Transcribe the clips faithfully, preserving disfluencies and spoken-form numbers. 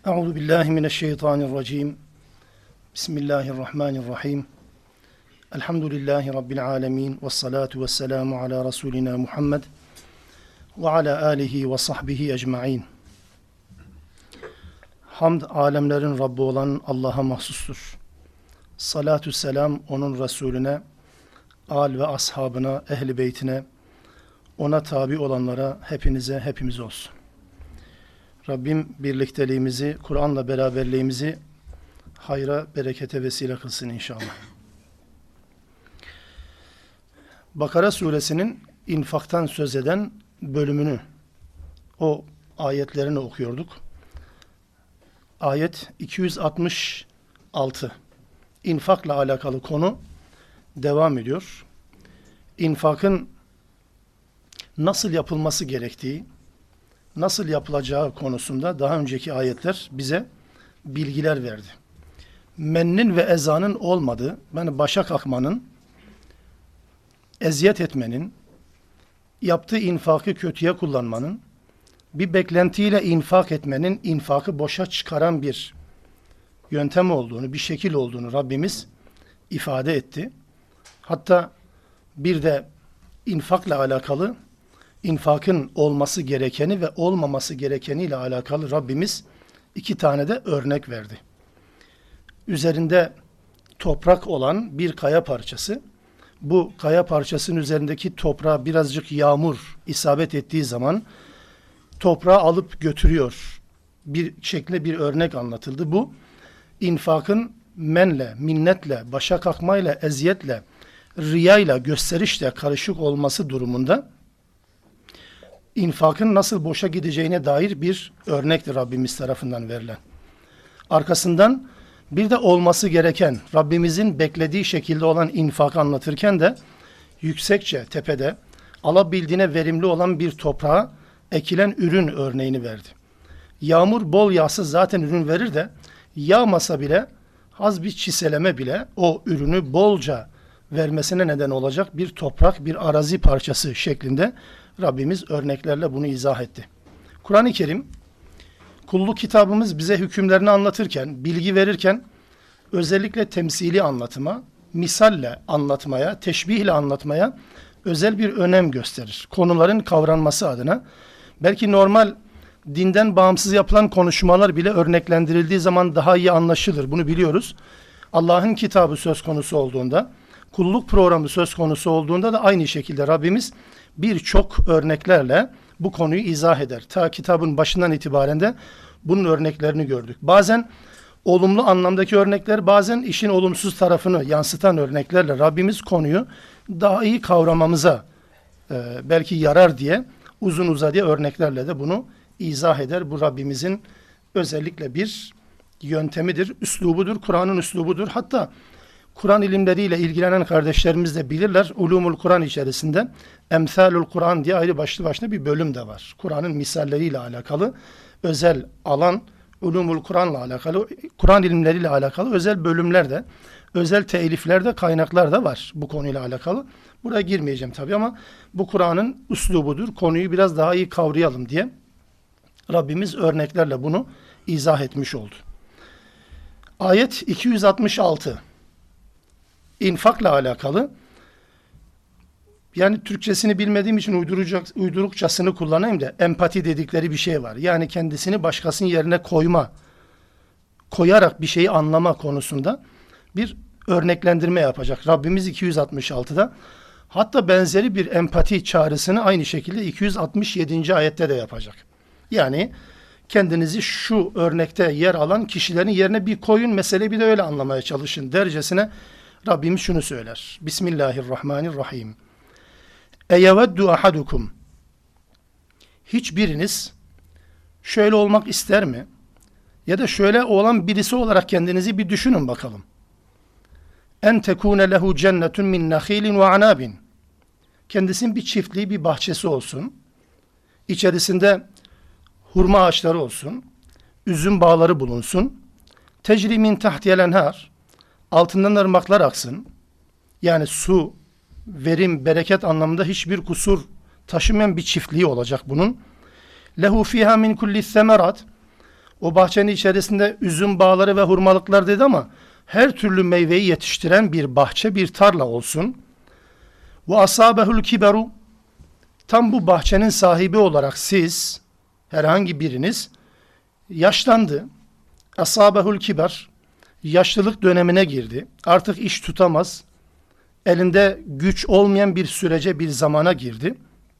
Euzu billahi mineşşeytanirracim. Bismillahirrahmanirrahim. Elhamdülillahi rabbil alamin ve salatu vesselamu ala rasulina Muhammed ve ala alihi ve sahbihi ecmaîn. Hamd alemlerin Rabbi olan Allah'a mahsustur. Salatü selam onun Resulüne, al ve ashabına, ehli beytine, ona tabi olanlara, hepinize, hepimiz olsun. Rabbim birlikteliğimizi, Kur'an'la beraberliğimizi hayra, berekete vesile kılsın inşallah. Bakara suresinin infaktan söz eden bölümünü, o ayetlerini okuyorduk. Ayet iki yüz altmış altı. İnfakla alakalı konu devam ediyor. İnfakın nasıl yapılması gerektiği, nasıl yapılacağı konusunda daha önceki ayetler bize bilgiler verdi. Mennin ve ezanın olmadığı, yani başa kalkmanın, eziyet etmenin, yaptığı infakı kötüye kullanmanın, bir beklentiyle infak etmenin, infakı boşa çıkaran bir yöntem olduğunu, bir şekil olduğunu Rabbimiz ifade etti. Hatta bir de infakla alakalı, infakın olması gerekeni ve olmaması gerekeniyle alakalı Rabbimiz iki tane de örnek verdi. Üzerinde toprak olan bir kaya parçası, bu kaya parçasının üzerindeki toprağa birazcık yağmur isabet ettiği zaman toprağı alıp götürüyor. Bir şekilde bir örnek anlatıldı. Bu infakın menle, minnetle, başa kalkmayla, eziyetle, riyayla, gösterişle karışık olması durumunda infakın nasıl boşa gideceğine dair bir örnektir Rabbimiz tarafından verilen. Arkasından bir de olması gereken, Rabbimizin beklediği şekilde olan infakı anlatırken de yüksekçe, tepede, alabildiğine verimli olan bir toprağa ekilen ürün örneğini verdi. Yağmur bol yağsa zaten ürün verir de, yağmasa bile, az bir çiseleme bile o ürünü bolca vermesine neden olacak bir toprak, bir arazi parçası şeklinde Rabbimiz örneklerle bunu izah etti. Kur'an-ı Kerim, kulluk kitabımız bize hükümlerini anlatırken, bilgi verirken özellikle temsili anlatıma, misalle anlatmaya, teşbihle anlatmaya özel bir önem gösterir. Konuların kavranması adına. Belki normal dinden bağımsız yapılan konuşmalar bile örneklendirildiği zaman daha iyi anlaşılır. Bunu biliyoruz. Allah'ın kitabı söz konusu olduğunda, kulluk programı söz konusu olduğunda da aynı şekilde Rabbimiz birçok örneklerle bu konuyu izah eder. Ta kitabın başından itibaren de bunun örneklerini gördük. Bazen olumlu anlamdaki örnekler, bazen işin olumsuz tarafını yansıtan örneklerle Rabbimiz konuyu daha iyi kavramamıza e, belki yarar diye uzun uzadıya örneklerle de bunu izah eder. Bu Rabbimizin özellikle bir yöntemidir, üslubudur, Kur'an'ın üslubudur. Hatta Kur'an ilimleriyle ilgilenen kardeşlerimiz de bilirler. Ulumul Kur'an içerisinde Emsalul Kur'an diye ayrı başlı başına bir bölüm de var. Kur'an'ın misalleriyle alakalı özel alan, Ulumul Kur'an'la alakalı, Kur'an ilimleriyle alakalı özel bölümler de, özel telifler de, kaynaklar da var bu konuyla alakalı. Buraya girmeyeceğim tabii ama bu Kur'an'ın üslubudur. Konuyu biraz daha iyi kavrayalım diye Rabbimiz örneklerle bunu izah etmiş oldu. Ayet iki yüz altmış altı. İnfakla alakalı, yani Türkçesini bilmediğim için uyduracak, uydurukçasını kullanayım da empati dedikleri bir şey var. Yani kendisini başkasının yerine koyma, koyarak bir şeyi anlama konusunda bir örneklendirme yapacak. Rabbimiz iki yüz altmış altıda hatta benzeri bir empati çağrısını aynı şekilde iki yüz altmış yedinci ayette de yapacak. Yani kendinizi şu örnekte yer alan kişilerin yerine bir koyun, meseleyi bir de öyle anlamaya çalışın dercesine Rabbimiz şunu söyler. Bismillahirrahmanirrahim. Eyeveddu ahadukum. Hiçbiriniz şöyle olmak ister mi? Ya da şöyle olan birisi olarak kendinizi bir düşünün bakalım. En tekune lehu cennetun min nakhilin ve anabin. Kendisinin bir çiftliği, bir bahçesi olsun. İçerisinde hurma ağaçları olsun. Üzüm bağları bulunsun. Tecri min tahtiyel enhar. Altından ırmaklar aksın. Yani su, verim, bereket anlamında hiçbir kusur taşımayan bir çiftliği olacak bunun. Lehu fiha min kulli semerat. O bahçenin içerisinde üzüm bağları ve hurmalıklar dedi ama her türlü meyveyi yetiştiren bir bahçe, bir tarla olsun. Ve asabehul kiberu, tam bu bahçenin sahibi olarak siz, herhangi biriniz yaşlandı. Asabehul kiber, yaşlılık dönemine girdi. Artık iş tutamaz. Elinde güç olmayan bir sürece, bir zamana girdi.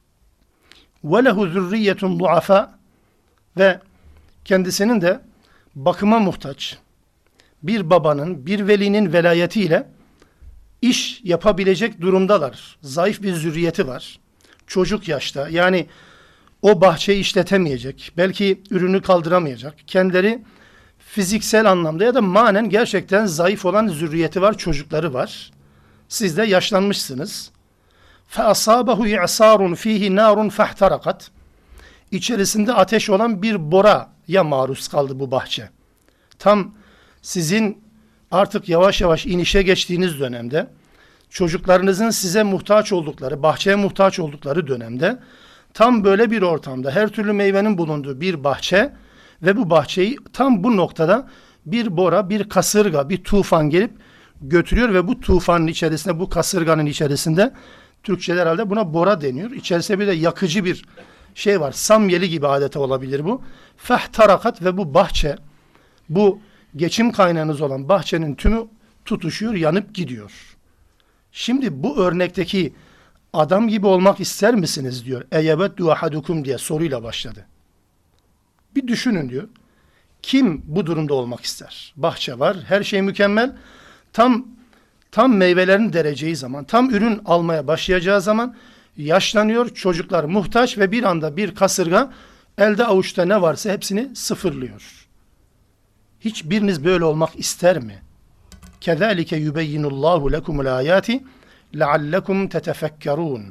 Ve lehu zürriyetun duafa, ve kendisinin de bakıma muhtaç bir babanın, bir velinin velayetiyle iş yapabilecek durumdalar. Zayıf bir zürriyeti var. Çocuk yaşta, yani o bahçeyi işletemeyecek, belki ürünü kaldıramayacak. Kendileri fiziksel anlamda ya da manen gerçekten zayıf olan zürriyeti var, çocukları var. Siz de yaşlanmışsınız. فَأَصَابَهُ اِعْصَارٌ ف۪يهِ نَارٌ فَاحْتَرَقَتْ, İçerisinde ateş olan bir boraya maruz kaldı bu bahçe. Tam sizin artık yavaş yavaş inişe geçtiğiniz dönemde, çocuklarınızın size muhtaç oldukları, bahçeye muhtaç oldukları dönemde, tam böyle bir ortamda her türlü meyvenin bulunduğu bir bahçe ve bu bahçeyi tam bu noktada bir bora, bir kasırga, bir tufan gelip götürüyor ve bu tufanın içerisinde, bu kasırganın içerisinde, Türkçe'de herhalde buna bora deniyor. İçerisinde bir de yakıcı bir şey var. Samyeli gibi adeta olabilir bu. Fehtarakat, ve bu bahçe, bu geçim kaynağınız olan bahçenin tümü tutuşuyor, yanıp gidiyor. Şimdi bu örnekteki adam gibi olmak ister misiniz diyor. Eyeveddu ahadukum diye soruyla başladı. Bir düşünün diyor. Kim bu durumda olmak ister? Bahçe var, her şey mükemmel. Tam tam meyvelerin dereceği zaman, tam ürün almaya başlayacağı zaman yaşlanıyor, çocuklar muhtaç ve bir anda bir kasırga elde avuçta ne varsa hepsini sıfırlıyor. Hiçbiriniz böyle olmak ister mi? Kezalike yubeyyinullahu lekumul ayati leallekum tetefekkerun.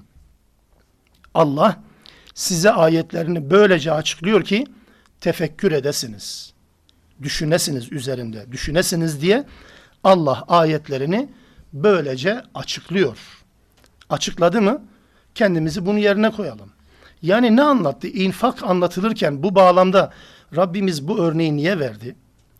Allah size ayetlerini böylece açıklıyor ki tefekkür edesiniz. Düşünesiniz üzerinde. Düşünesiniz diye Allah ayetlerini böylece açıklıyor. Açıkladı mı? Kendimizi bunun yerine koyalım. Yani ne anlattı? İnfak anlatılırken bu bağlamda Rabbimiz bu örneği niye verdi?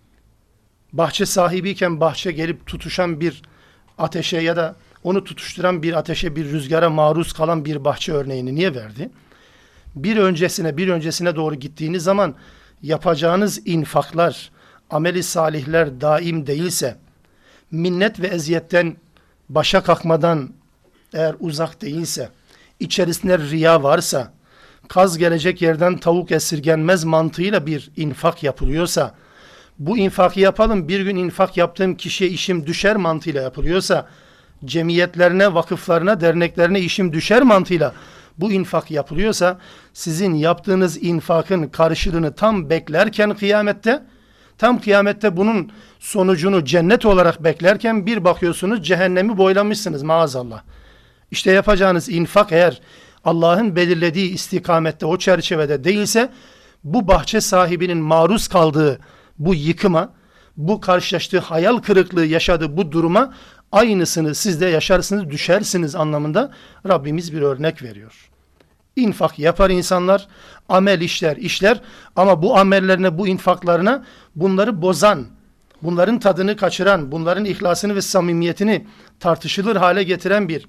Bahçe sahibiyken bahçe gelip tutuşan bir ateşe ya da onu tutuşturan bir ateşe, bir rüzgara maruz kalan bir bahçe örneğini niye verdi? Bir öncesine, bir öncesine doğru gittiğiniz zaman yapacağınız infaklar, ameli salihler daim değilse, minnet ve eziyetten başa kalkmadan eğer uzak değilse, içerisinde riya varsa, kaz gelecek yerden tavuk esirgenmez mantığıyla bir infak yapılıyorsa, bu infakı yapalım, bir gün infak yaptığım kişiye işim düşer mantığıyla yapılıyorsa, cemiyetlerine, vakıflarına, derneklerine işim düşer mantığıyla bu infak yapılıyorsa, sizin yaptığınız infakın karşılığını tam beklerken kıyamette, tam kıyamette bunun sonucunu cennet olarak beklerken bir bakıyorsunuz cehennemi boylamışsınız maazallah. İşte yapacağınız infak eğer Allah'ın belirlediği istikamette, o çerçevede değilse, bu bahçe sahibinin maruz kaldığı bu yıkıma, bu karşılaştığı hayal kırıklığı yaşadığı bu duruma aynısını siz de yaşarsınız, düşersiniz anlamında Rabbimiz bir örnek veriyor. İnfak yapar insanlar, amel işler, işler ama bu amellerine, bu infaklarına bunları bozan, bunların tadını kaçıran, bunların ihlasını ve samimiyetini tartışılır hale getiren bir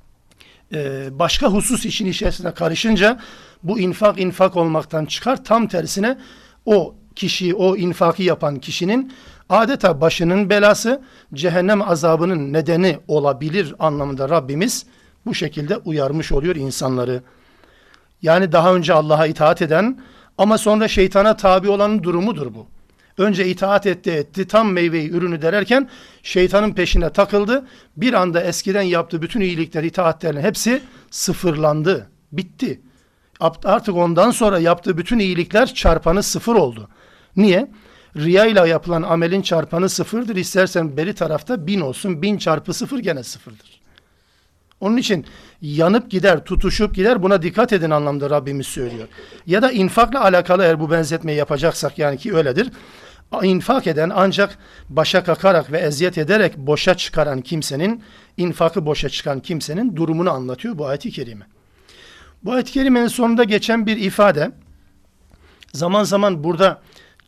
e, başka husus işin içerisine karışınca bu infak infak olmaktan çıkar. Tam tersine o kişi, o infakı yapan kişinin adeta başının belası, cehennem azabının nedeni olabilir anlamında Rabbimiz bu şekilde uyarmış oluyor insanları. Yani daha önce Allah'a itaat eden ama sonra şeytana tabi olanın durumudur bu. Önce itaat etti etti, tam meyveyi, ürünü dererken şeytanın peşine takıldı. Bir anda eskiden yaptığı bütün iyilikler, itaatlerin hepsi sıfırlandı, bitti. Artık ondan sonra yaptığı bütün iyilikler çarpanı sıfır oldu. Niye? Riya ile yapılan amelin çarpanı sıfırdır. İstersen beri tarafta bin olsun. Bin çarpı sıfır gene sıfırdır. Onun için yanıp gider, tutuşup gider. Buna dikkat edin anlamda Rabbimiz söylüyor. Ya da infakla alakalı eğer bu benzetmeyi yapacaksak, yani ki öyledir. İnfak eden ancak başa kakarak ve eziyet ederek boşa çıkaran kimsenin, infakı boşa çıkan kimsenin durumunu anlatıyor bu ayet-i kerime. Bu ayet-i kerimenin sonunda geçen bir ifade, zaman zaman burada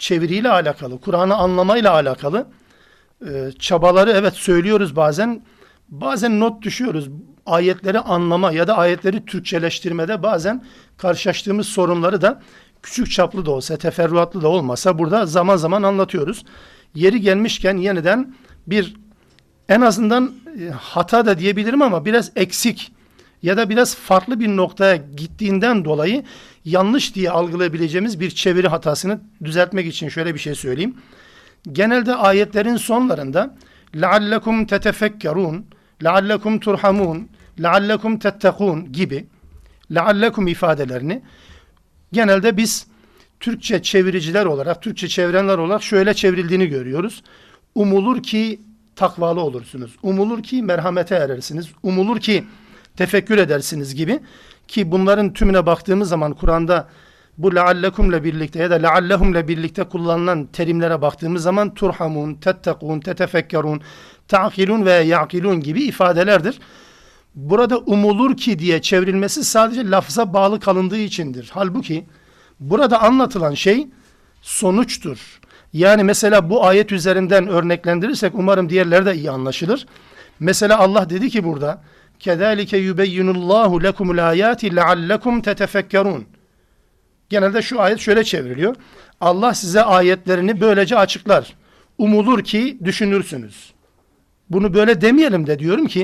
çeviriyle alakalı, Kur'an'ı anlamayla alakalı e, çabaları evet söylüyoruz bazen. Bazen not düşüyoruz. Ayetleri anlama ya da ayetleri Türkçeleştirmede bazen karşılaştığımız sorunları da küçük çaplı da olsa, teferruatlı da olmasa burada zaman zaman anlatıyoruz. Yeri gelmişken yeniden bir en azından e, hata da diyebilirim ama biraz eksik ya da biraz farklı bir noktaya gittiğinden dolayı yanlış diye algılayabileceğimiz bir çeviri hatasını düzeltmek için şöyle bir şey söyleyeyim. Genelde ayetlerin sonlarında لَعَلَّكُمْ تَتَفَكَّرُونَ لَعَلَّكُمْ تُرْحَمُونَ لَعَلَّكُمْ تَتَّقُونَ gibi لَعَلَّكُمْ ifadelerini genelde biz Türkçe çeviriciler olarak, Türkçe çevirenler olarak şöyle çevrildiğini görüyoruz. Umulur ki takvalı olursunuz. Umulur ki merhamete erersiniz. Umulur ki tefekkür edersiniz gibi. Ki bunların tümüne baktığımız zaman Kur'an'da bu leallekumle birlikte ya da leallehumle birlikte kullanılan terimlere baktığımız zaman turhamun, tettekun, tetefekkerun, ta'kilun ve ya'kilun gibi ifadelerdir. Burada umulur ki diye çevrilmesi sadece lafza bağlı kalındığı içindir. Halbuki burada anlatılan şey sonuçtur. Yani mesela bu ayet üzerinden örneklendirirsek umarım diğerleri de iyi anlaşılır. Mesela Allah dedi ki burada كَذَٰلِكَ يُبَيِّنُ اللّٰهُ لَكُمُ الْآيَاتِ لَعَلَّكُمْ تَتَفَكَّرُونَ. Genelde şu ayet şöyle çevriliyor. Allah size ayetlerini böylece açıklar. Umulur ki düşünürsünüz. Bunu böyle demeyelim de diyorum ki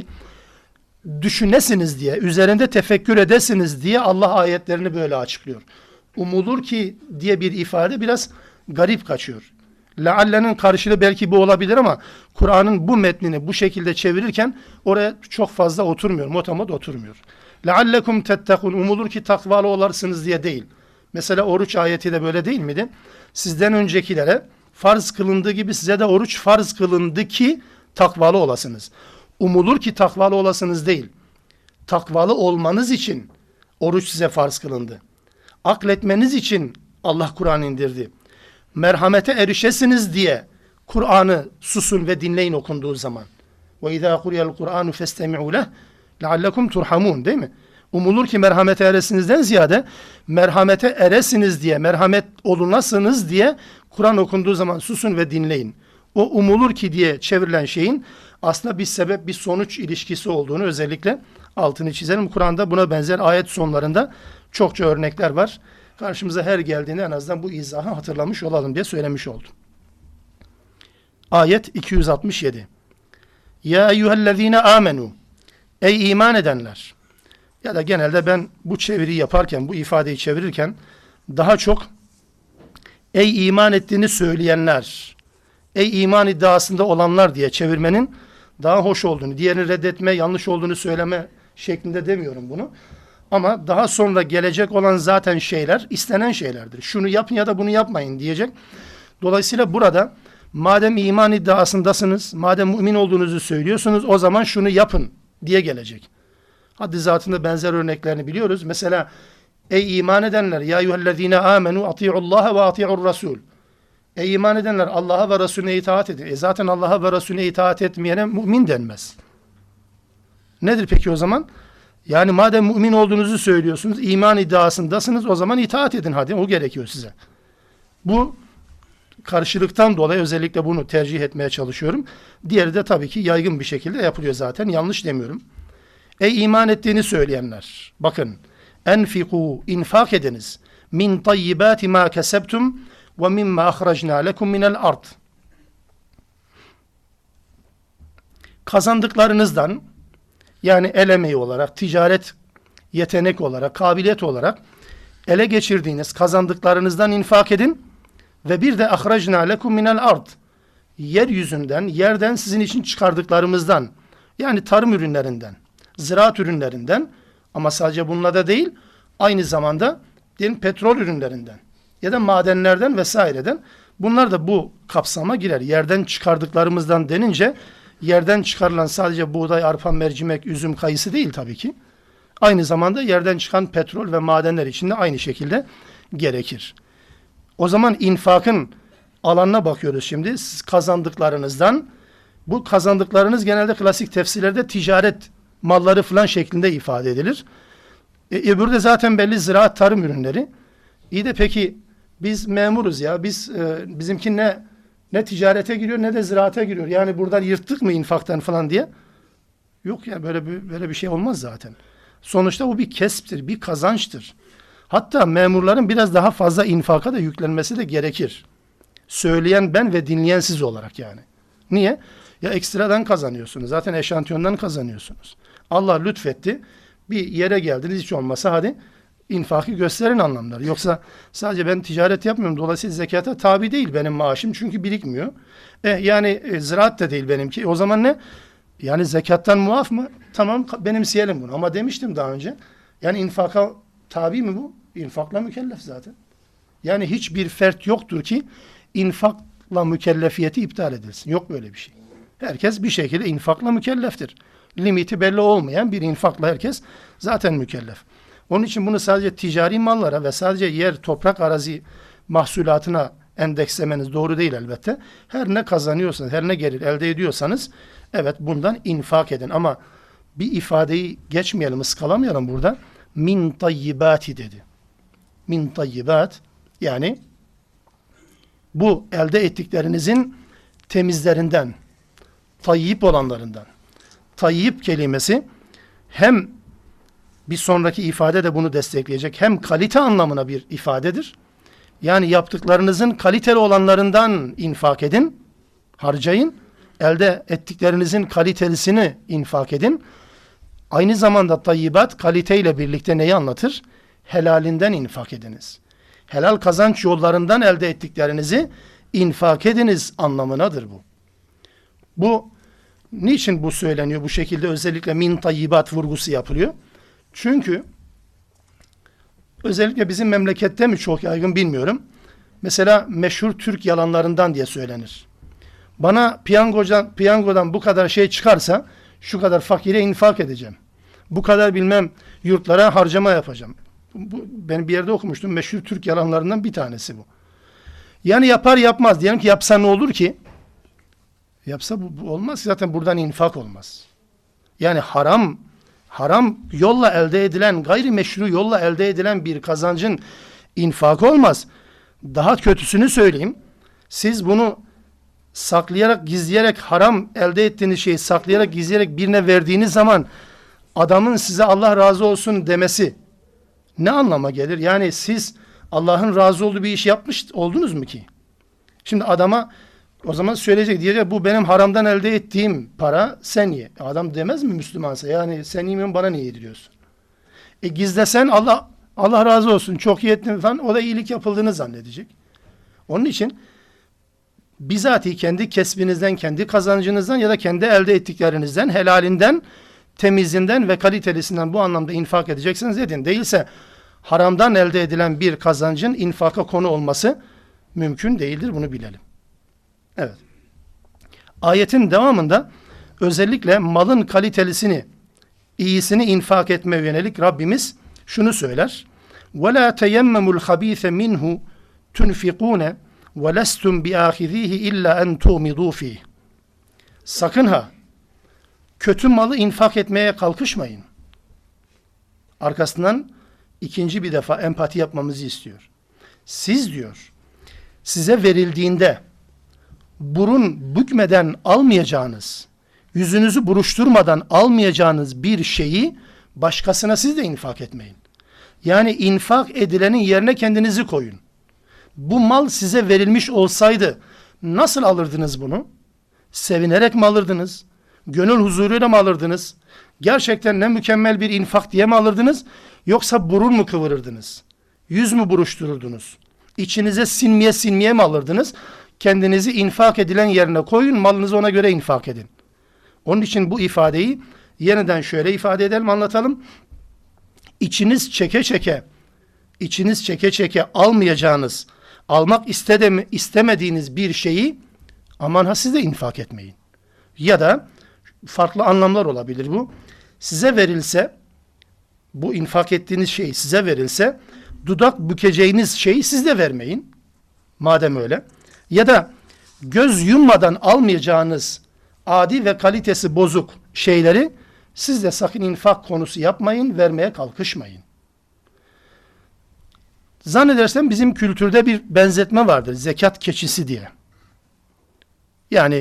düşünesiniz diye, üzerinde tefekkür edesiniz diye Allah ayetlerini böyle açıklıyor. Umulur ki diye bir ifade biraz garip kaçıyor. Lealle'nin karşılığı belki bu olabilir ama Kur'an'ın bu metnini bu şekilde çevirirken oraya çok fazla oturmuyor. Motamot oturmuyor. Leallekum tettekun, umulur ki takvalı olarsınız diye değil. Mesela oruç ayeti de böyle değil miydi? Sizden öncekilere farz kılındığı gibi size de oruç farz kılındı ki takvalı olasınız. Umulur ki takvalı olasınız değil. Takvalı olmanız için oruç size farz kılındı. Akletmeniz için Allah Kur'an indirdi. Merhamete erişesiniz diye Kur'an'ı susun ve dinleyin okunduğu zaman. وَاِذَا قُرِيَ الْقُرْآنُ فَاسْتَمِعُوا لَهُ لَعَلَّكُمْ تُرْحَمُونَ değil mi? Umulur ki merhamete eresinizden ziyade merhamete eresiniz diye, merhamet olunasınız diye Kur'an okunduğu zaman susun ve dinleyin. O umulur ki diye çevrilen şeyin aslında bir sebep, bir sonuç ilişkisi olduğunu özellikle altını çizelim. Kur'an'da buna benzer ayet sonlarında çokça örnekler var. Karşımıza her geldiğinde en azından bu izahı hatırlamış olalım diye söylemiş oldum. Ayet iki yüz altmış yedi. Ya eyyühellezine amenu. Ey iman edenler. Ya da genelde ben bu çeviriyi yaparken, bu ifadeyi çevirirken daha çok ey iman ettiğini söyleyenler, ey iman iddiasında olanlar diye çevirmenin daha hoş olduğunu, diğerini reddetme, yanlış olduğunu söyleme şeklinde demiyorum bunu. Ama daha sonra gelecek olan zaten şeyler istenen şeylerdir. Şunu yapın ya da bunu yapmayın diyecek. Dolayısıyla burada madem iman iddiasındasınız, madem mümin olduğunuzu söylüyorsunuz o zaman şunu yapın diye gelecek. Haddi zatında benzer örneklerini biliyoruz. Mesela ey iman edenler ya eyyühellezine amenu ati'ullaha ve ati'ur rasul. Ey iman edenler Allah'a ve Resulüne itaat edin. E zaten Allah'a ve Resulüne itaat etmeyene mümin denmez. Nedir peki o zaman? Yani madem mümin olduğunuzu söylüyorsunuz, iman iddiasındasınız o zaman itaat edin hadi. O gerekiyor size. Bu karşılıktan dolayı özellikle bunu tercih etmeye çalışıyorum. Diğeri de tabii ki yaygın bir şekilde yapılıyor zaten. Yanlış demiyorum. Ey iman ettiğini söyleyenler. Bakın. Enfiku, infak ediniz. Min tayyibati ma kesebtum ve mimma ahrajna lekum minel ard. Kazandıklarınızdan yani el emeği olarak, ticaret yetenek olarak, kabiliyet olarak ele geçirdiğiniz kazandıklarınızdan infak edin ve bir de ahrajna lekum minel ard. Yeryüzünden, yerden sizin için çıkardıklarımızdan yani tarım ürünlerinden, ziraat ürünlerinden ama sadece bununla da değil, aynı zamanda diyelim petrol ürünlerinden ya da madenlerden vesaireden bunlar da bu kapsama girer. Yerden çıkardıklarımızdan denince yerden çıkarılan sadece buğday, arpa, mercimek, üzüm, kayısı değil tabii ki. Aynı zamanda yerden çıkan petrol ve madenler için de aynı şekilde gerekir. O zaman infakın alanına bakıyoruz şimdi. Siz kazandıklarınızdan, bu kazandıklarınız genelde klasik tefsirlerde ticaret malları falan şeklinde ifade edilir. E, öbürü de zaten belli ziraat tarım ürünleri. İyi de peki biz memuruz ya. Biz e, bizimki ne ne ticarete giriyor ne de ziraate giriyor. Yani buradan yırttık mı infaktan falan diye. Yok ya, böyle bir böyle bir şey olmaz zaten. Sonuçta bu bir kesiptir, bir kazançtır. Hatta memurların biraz daha fazla infaka da yüklenmesi de gerekir. Söyleyen ben ve dinleyen siz olarak yani. Niye? Ya ekstradan kazanıyorsunuz. Zaten eşantiyondan kazanıyorsunuz. Allah lütfetti. Bir yere geldiniz, hiç olmasa hadi infakı gösterin anlamları. Yoksa sadece ben ticaret yapmıyorum. Dolayısıyla zekata tabi değil benim maaşım. Çünkü birikmiyor. E, yani e, ziraat da değil benimki. O zaman ne? Yani zekattan muaf mı? Tamam, benimseyelim bunu. Ama demiştim daha önce. Yani infaka tabi mi bu? İnfakla mükellef zaten. Yani hiçbir fert yoktur ki infakla mükellefiyeti iptal edilsin. Yok böyle bir şey. Herkes bir şekilde infakla mükelleftir. Limiti belli olmayan bir infakla herkes zaten mükellef. Onun için bunu sadece ticari mallara ve sadece yer, toprak, arazi mahsulatına endekslemeniz doğru değil elbette. Her ne kazanıyorsanız, her ne gelir elde ediyorsanız evet bundan infak edin. Ama bir ifadeyi geçmeyelim, ıskalamayalım burada. Min tayyibati dedi. Min tayyibat, yani bu elde ettiklerinizin temizlerinden, tayyip olanlarından. Tayyip kelimesi hem bir sonraki ifade de bunu destekleyecek, hem kalite anlamına bir ifadedir. Yani yaptıklarınızın kaliteli olanlarından infak edin, harcayın. Elde ettiklerinizin kalitelisini infak edin. Aynı zamanda tayyibat kaliteyle birlikte neyi anlatır? Helalinden infak ediniz. Helal kazanç yollarından elde ettiklerinizi infak ediniz anlamınadır bu. Bu niçin bu söyleniyor? Bu şekilde özellikle min tayyibat vurgusu yapılıyor. Çünkü özellikle bizim memlekette mi çok yaygın bilmiyorum. Mesela meşhur Türk yalanlarından diye söylenir. Bana piyangodan, piyangodan bu kadar şey çıkarsa şu kadar fakire infak edeceğim. Bu kadar bilmem yurtlara harcama yapacağım. Bu, ben bir yerde okumuştum. Meşhur Türk yalanlarından bir tanesi bu. Yani yapar yapmaz. Diyelim ki yapsa ne olur ki? Yapsa bu, bu olmaz. Zaten buradan infak olmaz. Yani haram haram yolla elde edilen, gayrimeşru yolla elde edilen bir kazancın infakı olmaz. Daha kötüsünü söyleyeyim. Siz bunu saklayarak, gizleyerek, haram elde ettiğiniz şeyi saklayarak, gizleyerek birine verdiğiniz zaman adamın size Allah razı olsun demesi ne anlama gelir? Yani siz Allah'ın razı olduğu bir iş yapmış oldunuz mu ki? Şimdi adama o zaman söyleyecek, diyecek bu benim haramdan elde ettiğim para, sen ye. Adam demez mi Müslümansa? Yani sen yemiyorsun, bana niye yediriyorsun? E gizlesen Allah Allah razı olsun, çok iyi ettin falan, o da iyilik yapıldığını zannedecek. Onun için bizatihi kendi kesbinizden, kendi kazancınızdan ya da kendi elde ettiklerinizden, helalinden, temizinden ve kalitelisinden bu anlamda infak edeceksiniz edin. Değilse haramdan elde edilen bir kazancın infaka konu olması mümkün değildir. Bunu bilelim. Evet. Ayetin devamında özellikle malın kalitelisini, iyisini infak etmeye yönelik Rabbimiz şunu söyler. وَلَا تَيَمَّمُوا الْخَب۪يثَ مِنْهُ تُنْفِقُونَ وَلَسْتُمْ بِآخِذ۪يهِ اِلَّا اَنْ تُؤْمِضُوا ف۪يهِ. Sakın ha, kötü malı infak etmeye kalkışmayın. Arkasından ikinci bir defa empati yapmamızı istiyor. Siz diyor, size verildiğinde burun bükmeden almayacağınız, yüzünüzü buruşturmadan almayacağınız bir şeyi başkasına siz de infak etmeyin. Yani infak edilenin yerine kendinizi koyun. Bu mal size verilmiş olsaydı nasıl alırdınız bunu? Sevinerek mi alırdınız? Gönül huzuruyla mı alırdınız? Gerçekten ne mükemmel bir infak diye mi alırdınız? Yoksa burun mu kıvırırdınız? Yüz mü buruştururdunuz? İçinize sinmeye sinmeye mi alırdınız? Kendinizi infak edilen yerine koyun, malınızı ona göre infak edin. Onun için bu ifadeyi yeniden şöyle ifade edelim, anlatalım. İçiniz çeke çeke, içiniz çeke çeke almayacağınız, almak istedemi, istemediğiniz bir şeyi aman ha siz de infak etmeyin. Ya da farklı anlamlar olabilir bu. Size verilse, bu infak ettiğiniz şey size verilse, dudak bükeceğiniz şeyi siz de vermeyin. Madem öyle. Ya da göz yummadan almayacağınız adi ve kalitesi bozuk şeyleri siz de sakın infak konusu yapmayın, vermeye kalkışmayın. Zannedersem bizim kültürde bir benzetme vardır. Zekat keçisi diye. Yani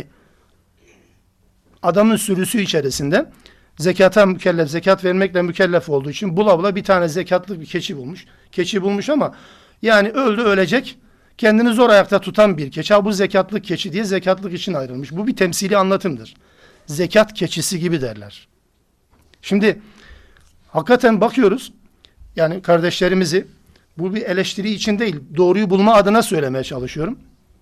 adamın sürüsü içerisinde zekata mükellef, zekat vermekle mükellef olduğu için bula bula bir tane zekatlı bir keçi bulmuş. Keçi bulmuş ama yani öldü ölecek, kendini zor ayakta tutan bir keçi. Ha, bu zekatlık keçi diye zekatlık için ayrılmış. Bu bir temsili anlatımdır. Zekat keçisi gibi derler. Şimdi hakikaten bakıyoruz, yani kardeşlerimizi, bu bir eleştiri için değil, doğruyu bulma adına söylemeye çalışıyorum.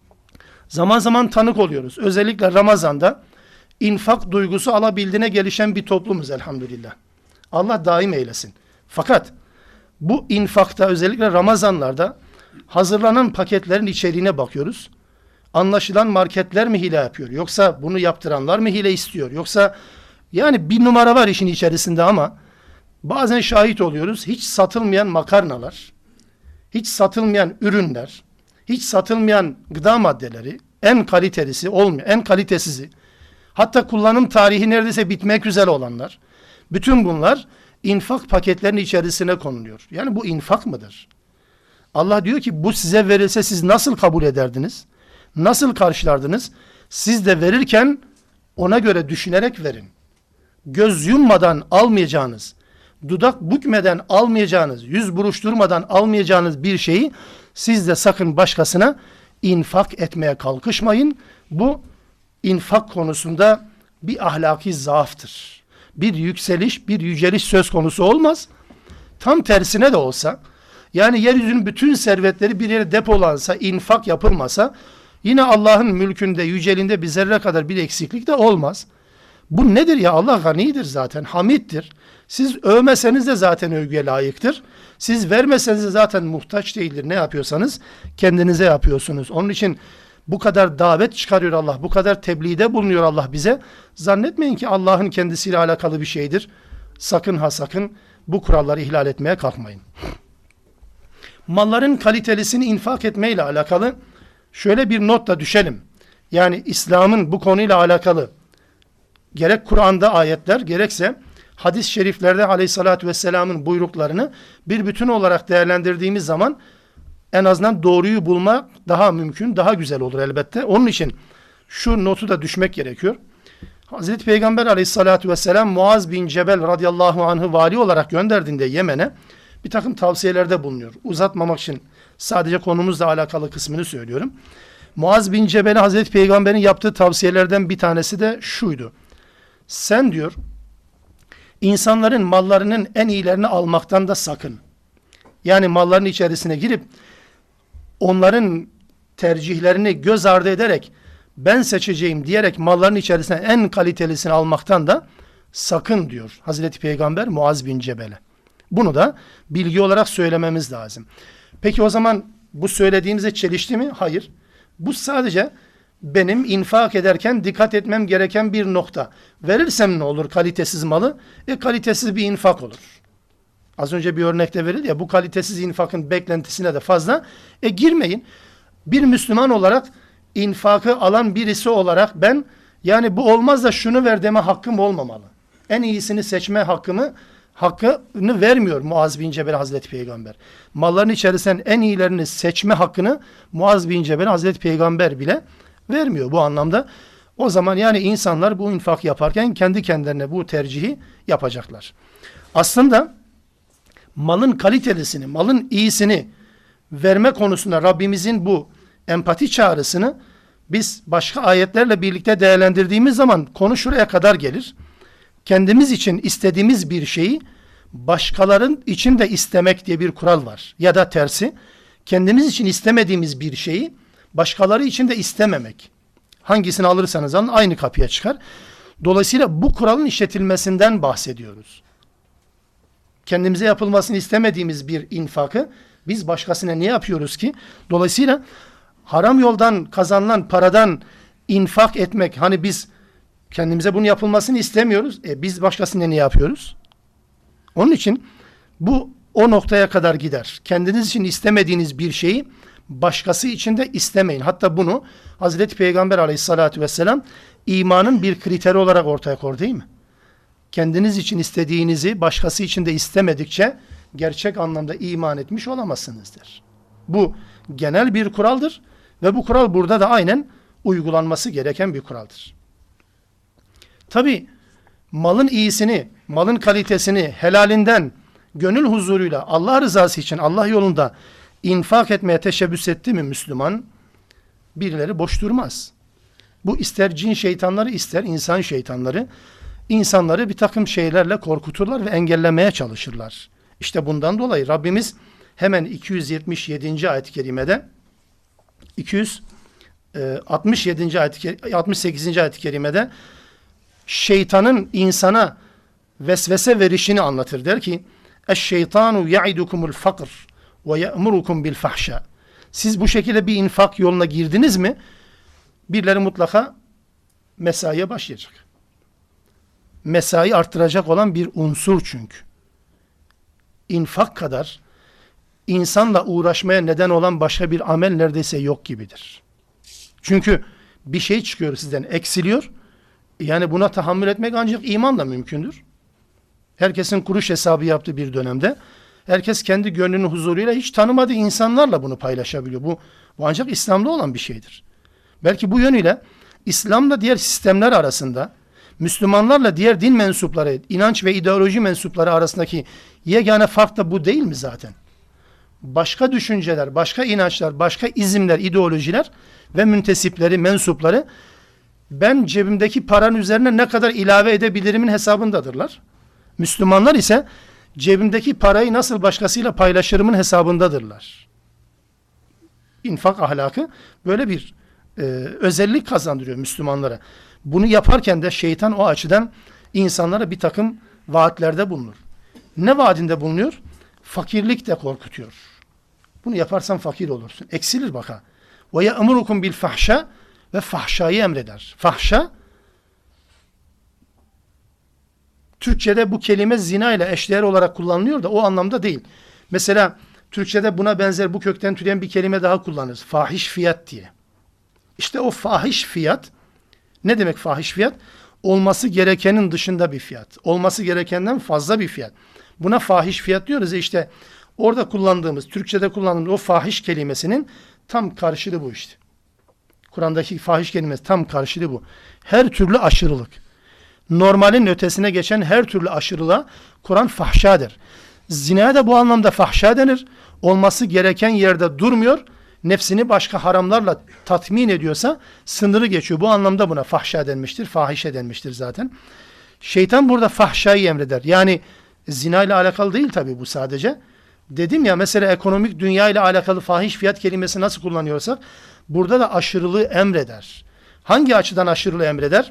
Zaman zaman tanık oluyoruz. Özellikle Ramazan'da infak duygusu alabildiğine gelişen bir toplumuz elhamdülillah. Allah daim eylesin. Fakat bu infakta, özellikle Ramazanlarda hazırlanan paketlerin içeriğine bakıyoruz. Anlaşılan marketler mi hile yapıyor? Yoksa bunu yaptıranlar mı hile istiyor? Yoksa yani bir numara var işin içerisinde ama bazen şahit oluyoruz. Hiç satılmayan makarnalar, hiç satılmayan ürünler, hiç satılmayan gıda maddeleri, en kalitelisi olmuyor, en kalitesizi, hatta kullanım tarihi neredeyse bitmek üzere olanlar, bütün bunlar infak paketlerinin içerisine konuluyor. Yani bu infak mıdır? Allah diyor ki bu size verilse siz nasıl kabul ederdiniz? Nasıl karşılardınız? Siz de verirken ona göre düşünerek verin. Göz yummadan almayacağınız, dudak bükmeden almayacağınız, yüz buruşturmadan almayacağınız bir şeyi siz de sakın başkasına infak etmeye kalkışmayın. Bu infak konusunda bir ahlaki zaaftır. Bir yükseliş, bir yüceliş söz konusu olmaz. Tam tersine de olsa, yani yeryüzünün bütün servetleri bir yere depolansa, infak yapılmasa, yine Allah'ın mülkünde, yücelinde bir zerre kadar bir eksiklik de olmaz. Bu nedir ya? Allah ganidir zaten, hamiddir. Siz övmeseniz de zaten övgüye layıktır. Siz vermeseniz de zaten muhtaç değildir. Ne yapıyorsanız kendinize yapıyorsunuz. Onun için bu kadar davet çıkarıyor Allah, bu kadar tebliğde bulunuyor Allah bize. Zannetmeyin ki Allah'ın kendisiyle alakalı bir şeydir. Sakın ha sakın bu kuralları ihlal etmeye kalkmayın. Malların kalitelisini infak etmeyle alakalı şöyle bir not da düşelim. Yani İslam'ın bu konuyla alakalı gerek Kur'an'da ayetler, gerekse hadis-i şeriflerde aleyhissalatü vesselamın buyruklarını bir bütün olarak değerlendirdiğimiz zaman en azından doğruyu bulmak daha mümkün, daha güzel olur elbette. Onun için şu notu da düşmek gerekiyor. Hazreti Peygamber aleyhissalatü vesselam Muaz bin Cebel radıyallahu anh'ı vali olarak gönderdiğinde Yemen'e bir takım tavsiyelerde bulunuyor. Uzatmamak için sadece konumuzla alakalı kısmını söylüyorum. Muaz bin Cebel'e Hazreti Peygamber'in yaptığı tavsiyelerden bir tanesi de şuydu. Sen diyor, insanların mallarının en iyilerini almaktan da sakın. Yani malların içerisine girip onların tercihlerini göz ardı ederek ben seçeceğim diyerek malların içerisine en kalitelisini almaktan da sakın diyor Hazreti Peygamber Muaz bin Cebel'e. Bunu da bilgi olarak söylememiz lazım. Peki o zaman bu söylediğimize çelişti mi? Hayır. Bu sadece benim infak ederken dikkat etmem gereken bir nokta. Verirsem ne olur kalitesiz malı? E kalitesiz bir infak olur. Az önce bir örnekte verildi ya, bu kalitesiz infakın beklentisine de fazla e girmeyin. Bir Müslüman olarak infakı alan birisi olarak ben yani bu olmaz da şunu ver deme hakkım olmamalı. En iyisini seçme hakkımı hakkını vermiyor Muaz bin Cebel Hazreti Peygamber. Malların içerisinden en iyilerini seçme hakkını Muaz bin Cebel Hazreti Peygamber bile vermiyor bu anlamda. O zaman yani insanlar bu infak yaparken kendi kendilerine bu tercihi yapacaklar. Aslında malın kalitelisini, malın iyisini verme konusunda Rabbimizin bu empati çağrısını biz başka ayetlerle birlikte değerlendirdiğimiz zaman konu şuraya kadar gelir. Kendimiz için istediğimiz bir şeyi başkaların için de istemek diye bir kural var. Ya da tersi, kendimiz için istemediğimiz bir şeyi başkaları için de istememek. Hangisini alırsanız alın aynı kapıya çıkar. Dolayısıyla bu kuralın işletilmesinden bahsediyoruz. Kendimize yapılmasını istemediğimiz bir infakı biz başkasına niye yapıyoruz ki? Dolayısıyla haram yoldan kazanılan paradan infak etmek, hani biz kendimize bunun yapılmasını istemiyoruz. E biz başkasına niye yapıyoruz? Onun için bu o noktaya kadar gider. Kendiniz için istemediğiniz bir şeyi başkası için de istemeyin. Hatta bunu Hazreti Peygamber aleyhissalatü vesselam imanın bir kriteri olarak ortaya koydu değil mi? Kendiniz için istediğinizi başkası için de istemedikçe gerçek anlamda iman etmiş olamazsınız der. Bu genel bir kuraldır ve bu kural burada da aynen uygulanması gereken bir kuraldır. Tabi malın iyisini, malın kalitesini helalinden gönül huzuruyla Allah rızası için Allah yolunda infak etmeye teşebbüs etti mi Müslüman, birileri boş durmaz. Bu ister cin şeytanları ister insan şeytanları insanları bir takım şeylerle korkuturlar ve engellemeye çalışırlar. İşte bundan dolayı Rabbimiz hemen iki yüz yetmiş yedinci ayet-i kerimede iki yüz altmış yedinci ayet altmış sekizinci ayet-i kerimede şeytanın insana vesvese verişini anlatır. Der ki: "Eş-şeytanu ya'idukumul fakr ve ya'murukum bil fahşa." Siz bu şekilde bir infak yoluna girdiniz mi? Birileri mutlaka mesaiye başlayacak. Mesai arttıracak olan bir unsur çünkü. İnfak kadar insanla uğraşmaya neden olan başka bir amel neredeyse yok gibidir. Çünkü bir şey çıkıyor sizden, eksiliyor. Yani buna tahammül etmek ancak imanla mümkündür. Herkesin kuruş hesabı yaptığı bir dönemde herkes kendi gönlünün huzuruyla hiç tanımadığı insanlarla bunu paylaşabiliyor. Bu, bu ancak İslam'da olan bir şeydir. Belki bu yönüyle İslam'la diğer sistemler arasında, Müslümanlarla diğer din mensupları, inanç ve ideoloji mensupları arasındaki yegane fark da bu değil mi zaten? Başka düşünceler, başka inançlar, başka izimler, ideolojiler ve müntesipleri, mensupları ben cebimdeki paranın üzerine ne kadar ilave edebilirimin hesabındadırlar. Müslümanlar ise cebimdeki parayı nasıl başkasıyla paylaşırımın hesabındadırlar. İnfak ahlakı böyle bir e, özellik kazandırıyor Müslümanlara. Bunu yaparken de şeytan o açıdan insanlara bir takım vaatlerde bulunur. Ne vaadinde bulunuyor? Fakirlik de korkutuyor. Bunu yaparsan fakir olursun. Eksilir baka. Ve ya'murukum bil fahşa ve fahşayı emreder. Fahşa, Türkçe'de bu kelime zina ile eşdeğer olarak kullanılıyor da o anlamda değil. Mesela Türkçe'de buna benzer bu kökten türeyen bir kelime daha kullanırız. Fahiş fiyat diye. İşte o fahiş fiyat, ne demek fahiş fiyat? Olması gerekenin dışında bir fiyat. Olması gerekenden fazla bir fiyat. Buna fahiş fiyat diyoruz ya, işte orada kullandığımız, Türkçe'de kullandığımız o fahiş kelimesinin tam karşılığı bu işte. Kur'an'daki fahiş kelimesi tam karşılığı bu. Her türlü aşırılık. Normalin ötesine geçen her türlü aşırılığa Kur'an fahşa der. Zinaya da bu anlamda fahşa denir. Olması gereken yerde durmuyor. Nefsini başka haramlarla tatmin ediyorsa sınırı geçiyor. Bu anlamda buna fahşa denmiştir. Fahişe denmiştir zaten. Şeytan burada fahşayı emreder. Yani zina ile alakalı değil tabii bu sadece. Dedim ya, mesela ekonomik dünya ile alakalı fahiş fiyat kelimesi nasıl kullanıyorsak burada da aşırılığı emreder. Hangi açıdan aşırılığı emreder?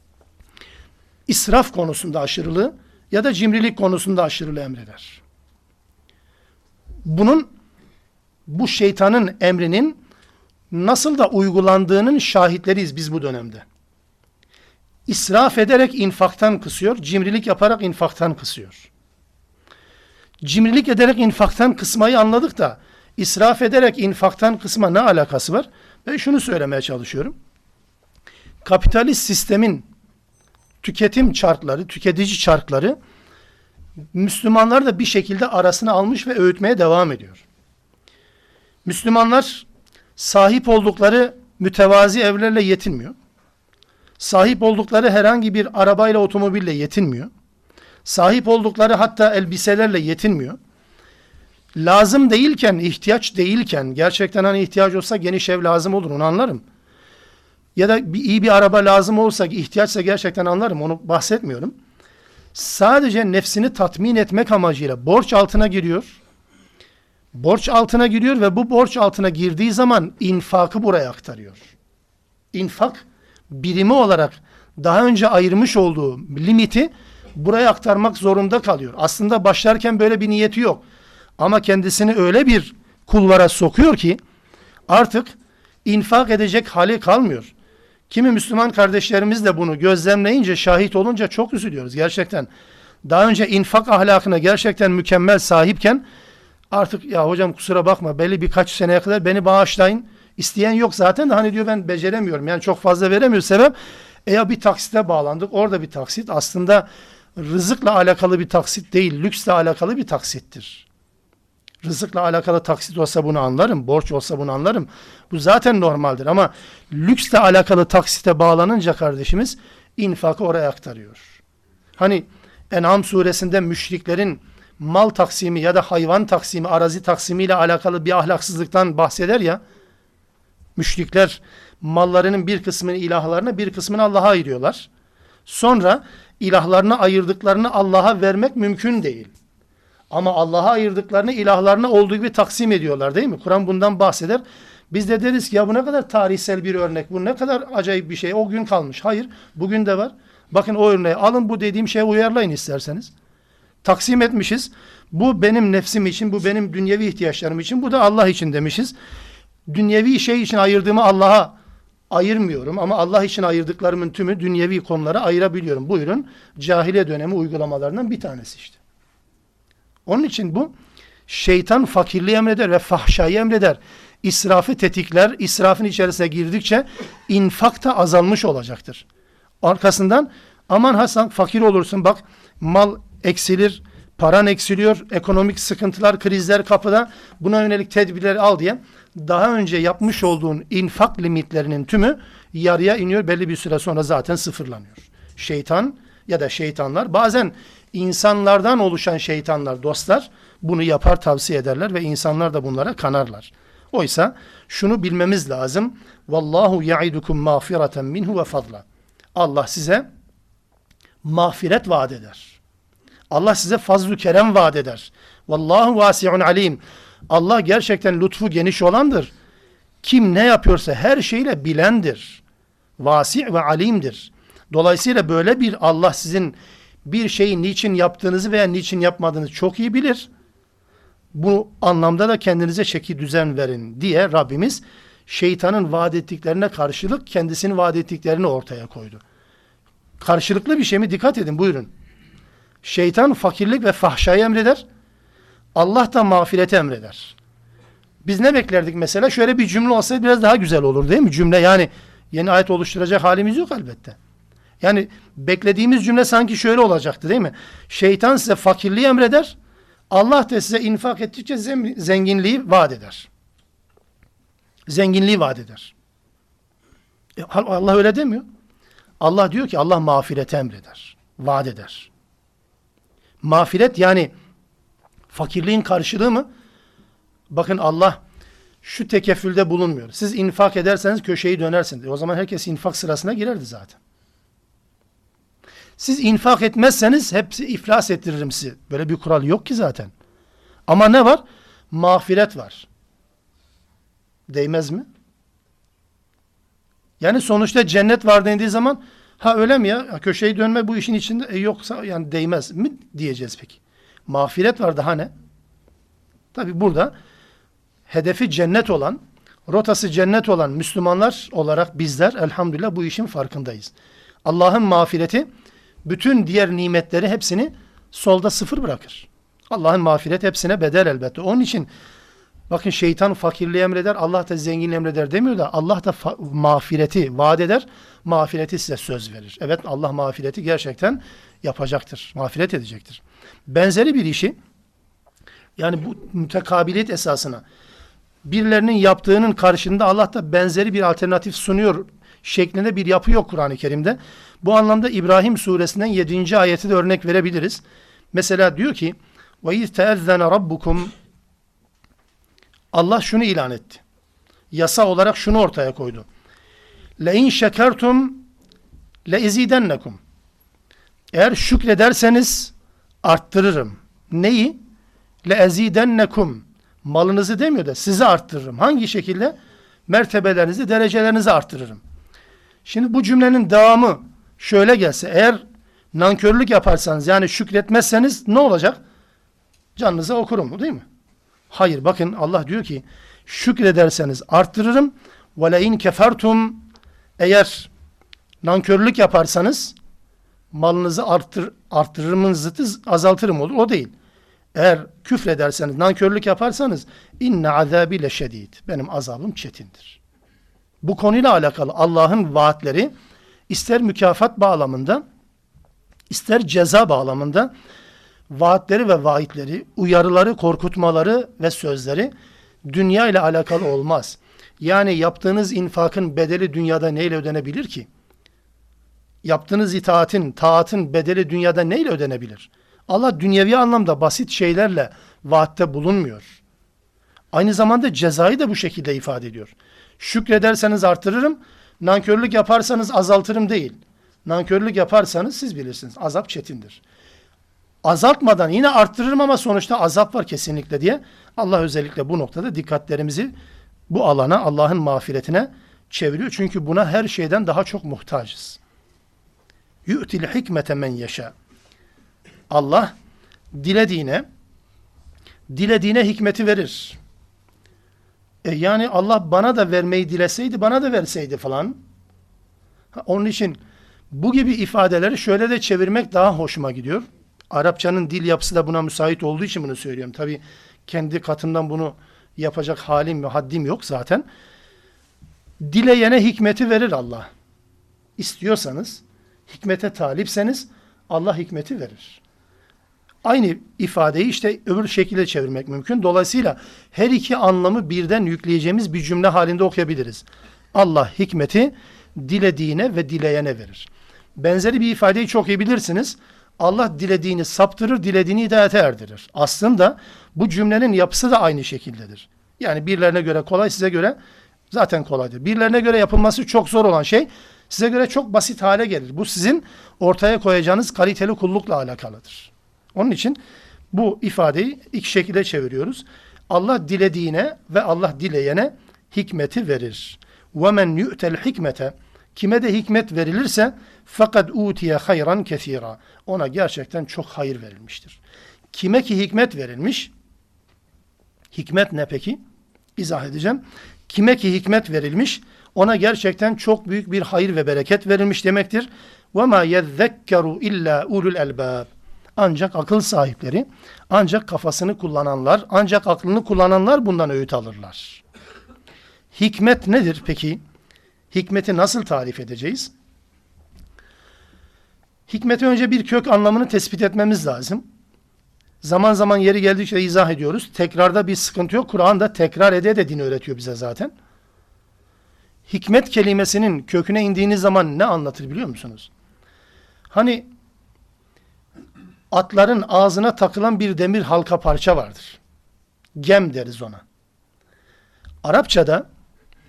İsraf konusunda aşırılığı ya da cimrilik konusunda aşırılığı emreder. Bunun, bu şeytanın emrinin nasıl da uygulandığının şahitleriyiz biz bu dönemde. İsraf ederek infaktan kısıyor, cimrilik yaparak infaktan kısıyor. Cimrilik ederek infaktan kısmayı anladık da israf ederek infaktan kısma ne alakası var? Ben şunu söylemeye çalışıyorum. Kapitalist sistemin tüketim çarkları, tüketici çarkları Müslümanlar da bir şekilde arasına almış ve öğütmeye devam ediyor. Müslümanlar sahip oldukları mütevazi evlerle yetinmiyor. Sahip oldukları herhangi bir arabayla, otomobille yetinmiyor. Sahip oldukları hatta elbiselerle yetinmiyor. Lazım değilken, ihtiyaç değilken, gerçekten hani ihtiyaç olsa geniş ev lazım olur, onu anlarım. Ya da bir, iyi bir araba lazım olsa, ihtiyaçsa gerçekten anlarım, onu bahsetmiyorum. Sadece nefsini tatmin etmek amacıyla borç altına giriyor. Borç altına giriyor ve bu borç altına girdiği zaman infakı buraya aktarıyor. İnfak birimi olarak daha önce ayırmış olduğu limiti buraya aktarmak zorunda kalıyor. Aslında başlarken böyle bir niyeti yok. Ama kendisini öyle bir kulvara sokuyor ki artık infak edecek hali kalmıyor. Kimi Müslüman kardeşlerimiz de bunu gözlemleyince, şahit olunca çok üzülüyoruz gerçekten. Daha önce infak ahlakına gerçekten mükemmel sahipken artık ya hocam kusura bakma belli birkaç seneye kadar beni bağışlayın. İsteyen yok zaten de hani diyor ben beceremiyorum. Yani çok fazla veremiyor. Sebep e ya bir taksite bağlandık. Orada bir taksit aslında rızıkla alakalı bir taksit değil, lüksle alakalı bir taksittir. Rızıkla alakalı taksit olsa bunu anlarım. Borç olsa bunu anlarım. Bu zaten normaldir ama lüksle alakalı taksite bağlanınca kardeşimiz infakı oraya aktarıyor. Hani En'am suresinde müşriklerin mal taksimi ya da hayvan taksimi, arazi taksimi ile alakalı bir ahlaksızlıktan bahseder ya. Müşrikler mallarının bir kısmını ilahlarına, bir kısmını Allah'a ayırıyorlar. Sonra ilahlarına ayırdıklarını Allah'a vermek mümkün değil. Ama Allah'a ayırdıklarını ilahlarına olduğu gibi taksim ediyorlar, değil mi? Kur'an bundan bahseder. Biz de deriz ki ya bu ne kadar tarihsel bir örnek, bu ne kadar acayip bir şey, o gün kalmış. Hayır, bugün de var. Bakın o örneği alın, bu dediğim şeye uyarlayın isterseniz. Taksim etmişiz. Bu benim nefsim için, bu benim dünyevi ihtiyaçlarım için, bu da Allah için demişiz. Dünyevi şey için ayırdığımı Allah'a ayırmıyorum ama Allah için ayırdıklarımın tümü dünyevi konulara ayırabiliyorum. Buyurun, cahiliye dönemi uygulamalarından bir tanesi işte. Onun için bu şeytan fakirliği emreder ve fahşayı emreder. İsrafı tetikler. İsrafın içerisine girdikçe infak da azalmış olacaktır. Arkasından aman Hasan fakir olursun, bak mal eksilir, paran eksiliyor, ekonomik sıkıntılar, krizler kapıda, buna yönelik tedbirler al diye daha önce yapmış olduğun infak limitlerinin tümü yarıya iniyor. Belli bir süre sonra zaten sıfırlanıyor. Şeytan ya da şeytanlar, bazen insanlardan oluşan şeytanlar, dostlar bunu yapar, tavsiye ederler ve insanlar da bunlara kanarlar. Oysa şunu bilmemiz lazım. Vallahu ya'idukum mağfireten minhu ve fadla. Allah size mağfiret vaat eder. Allah size fazl-ı kerem vaat eder. Vallahu vasi'un alim. Allah gerçekten lütfu geniş olandır. Kim ne yapıyorsa her şeyle bilendir. Vasi' ve alimdir. Dolayısıyla böyle bir Allah sizin bir şeyi niçin yaptığınızı veya niçin yapmadığınızı çok iyi bilir. Bu anlamda da kendinize şekil düzen verin diye Rabbimiz şeytanın vaat ettiklerine karşılık kendisinin vaat ettiklerini ortaya koydu. Karşılıklı bir şey mi? Dikkat edin, buyurun. Şeytan fakirlik ve fahşayı emreder. Allah da mağfireti emreder. Biz ne beklerdik mesela? Şöyle bir cümle olsaydı biraz daha güzel olur, değil mi? Cümle, yani yeni ayet oluşturacak halimiz yok elbette. Yani beklediğimiz cümle sanki şöyle olacaktı, değil mi? Şeytan size fakirliği emreder. Allah da size infak ettikçe zenginliği vaat eder. Zenginliği vaat eder. E, Allah öyle demiyor. Allah diyor ki Allah mağfireti emreder. Vaat eder. Mağfiret yani fakirliğin karşılığı mı? Bakın Allah şu tekeffülde bulunmuyor. Siz infak ederseniz köşeyi dönersiniz. E, o zaman herkes infak sırasına girerdi zaten. Siz infak etmezseniz hepsi iflas ettiririm sizi. Böyle bir kural yok ki zaten. Ama ne var? Mağfiret var. Değmez mi? Yani sonuçta cennet var dendiği zaman ha öyle mi ya? Köşeyi dönme bu işin içinde e, yoksa yani değmez mi diyeceğiz peki. Mağfiret var, daha ne? Tabi burada hedefi cennet olan, rotası cennet olan Müslümanlar olarak bizler elhamdülillah bu işin farkındayız. Allah'ın mağfireti bütün diğer nimetleri hepsini solda sıfır bırakır. Allah'ın mağfireti hepsine bedel elbette. Onun için bakın şeytan fakirliği emreder, Allah da zenginliği emreder demiyor da Allah da mağfireti vaat eder, mağfireti size söz verir. Evet, Allah mağfireti gerçekten yapacaktır, mağfiret edecektir. Benzeri bir işi, yani bu mütekabiliyet esasına birilerinin yaptığının karşında Allah da benzeri bir alternatif sunuyor şeklinde bir yapı yok Kur'an-ı Kerim'de. Bu anlamda İbrahim suresinden yedinci ayeti de örnek verebiliriz. Mesela diyor ki وَاِذْ تَأَذَّنَ رَبُّكُمْ Allah şunu ilan etti. Yasa olarak şunu ortaya koydu. لَاِنْ شَكَرْتُمْ لَاِزِيدَنَّكُمْ Eğer şükrederseniz arttırırım. Neyi? لَاَزِيدَنَّكُمْ Malınızı demiyor da sizi arttırırım. Hangi şekilde? Mertebelerinizi, derecelerinizi arttırırım. Şimdi bu cümlenin devamı şöyle gelse, eğer nankörlük yaparsanız yani şükretmezseniz ne olacak? Canınıza okurum, değil mi? Hayır, bakın Allah diyor ki şükrederseniz arttırırım. وَلَاِنْ كَفَرْتُمْ Eğer nankörlük yaparsanız malınızı arttır, arttırırımın zıtı azaltırım olur. O değil. Eğer küfrederseniz, nankörlük yaparsanız inne azabi leşedid. Benim azabım çetindir. Bu konuyla alakalı Allah'ın vaatleri ister mükafat bağlamında, ister ceza bağlamında vaatleri ve vaatleri, uyarıları, korkutmaları ve sözleri dünya ile alakalı olmaz. Yani yaptığınız infakın bedeli dünyada neyle ödenebilir ki? Yaptığınız itaatin, taatın bedeli dünyada neyle ödenebilir? Allah dünyevi anlamda basit şeylerle vaatte bulunmuyor. Aynı zamanda cezayı da bu şekilde ifade ediyor. Şükrederseniz artırırım, nankörlük yaparsanız azaltırım değil. Nankörlük yaparsanız siz bilirsiniz, azap çetindir. Azaltmadan yine arttırırım ama sonuçta azap var kesinlikle diye Allah özellikle bu noktada dikkatlerimizi bu alana, Allah'ın mağfiretine çeviriyor. Çünkü buna her şeyden daha çok muhtacız. Yu'til hikmete men yeşâ. Allah dilediğine dilediğine hikmeti verir. E yani Allah bana da vermeyi dileseydi bana da verseydi falan. Ha, onun için bu gibi ifadeleri şöyle de çevirmek daha hoşuma gidiyor. Arapçanın dil yapısı da buna müsait olduğu için bunu söylüyorum. Tabii kendi katımdan bunu yapacak halim ve haddim yok zaten. Dileyene hikmeti verir Allah. İstiyorsanız, hikmete talipseniz Allah hikmeti verir. Aynı ifadeyi işte öbür şekilde çevirmek mümkün. Dolayısıyla her iki anlamı birden yükleyeceğimiz bir cümle halinde okuyabiliriz. Allah hikmeti dilediğine ve dileyene verir. Benzeri bir ifadeyi çok iyi bilirsiniz. Allah dilediğini saptırır, dilediğini hidayete erdirir. Aslında bu cümlenin yapısı da aynı şekildedir. Yani birilerine göre kolay, size göre zaten kolaydır. Birilerine göre yapılması çok zor olan şey, size göre çok basit hale gelir. Bu sizin ortaya koyacağınız kaliteli kullukla alakalıdır. Onun için bu ifadeyi iki şekilde çeviriyoruz. Allah dilediğine ve Allah dileyene hikmeti verir. وَمَنْ يُؤْتَ الْحِكْمَةَ Kime de hikmet verilirse fakat utiye hayran kesira. Ona gerçekten çok hayır verilmiştir. Kime ki hikmet verilmiş? Hikmet ne peki? İzah edeceğim. Kime ki hikmet verilmiş? Ona gerçekten çok büyük bir hayır ve bereket verilmiş demektir. وَمَا يَذَّكَّرُ اِلَّا اُولُ الْاَلْبَابِ Ancak akıl sahipleri, ancak kafasını kullananlar, ancak aklını kullananlar bundan öğüt alırlar. Hikmet nedir peki? Hikmeti nasıl tarif edeceğiz? Hikmeti önce bir kök anlamını tespit etmemiz lazım. Zaman zaman yeri geldikçe izah ediyoruz. Tekrarda bir sıkıntı yok. Kur'an da tekrar ede de din öğretiyor bize zaten. Hikmet kelimesinin köküne indiğiniz zaman ne anlatır biliyor musunuz? Hani atların ağzına takılan bir demir halka parça vardır. Gem deriz ona. Arapçada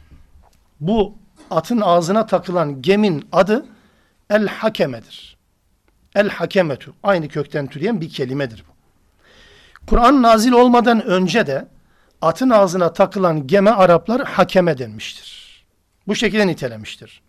bu atın ağzına takılan gemin adı el-hakemedir. El-hakemetu. Aynı kökten türeyen bir kelimedir bu. Kur'an nazil olmadan önce de atın ağzına takılan geme Araplar hakeme denmiştir. Bu şekilde nitelemiştir.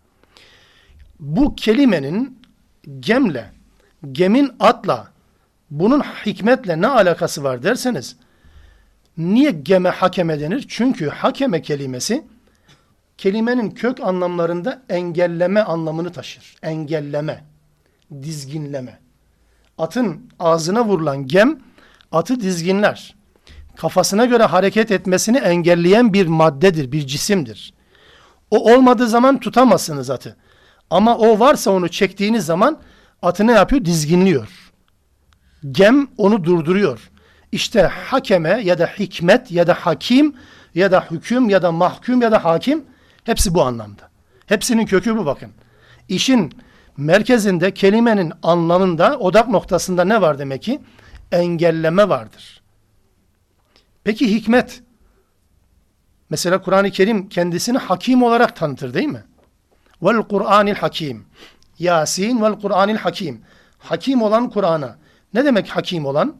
Bu kelimenin gemle, gemin atla, bunun hikmetle ne alakası var derseniz, niye geme hakeme denir? Çünkü hakeme kelimesi kelimenin kök anlamlarında engelleme anlamını taşır. Engelleme, dizginleme. Atın ağzına vurulan gem, atı dizginler. Kafasına göre hareket etmesini engelleyen bir maddedir, bir cisimdir. O olmadığı zaman tutamazsınız atı. Ama o varsa onu çektiğiniz zaman atı ne yapıyor? Dizginliyor. Gem onu durduruyor. İşte hakeme ya da hikmet ya da hakim ya da hüküm ya da mahkum ya da hakim hepsi bu anlamda. Hepsinin kökü bu bakın. İşin merkezinde kelimenin anlamında odak noktasında ne var demek ki? Engelleme vardır. Peki hikmet? Mesela Kur'an-ı Kerim kendisini hakim olarak tanıtır değil mi? Vel Kur'anil hakim. Yasin vel Kur'anil hakim. Hakim olan Kur'an'a. Ne demek hakim olan?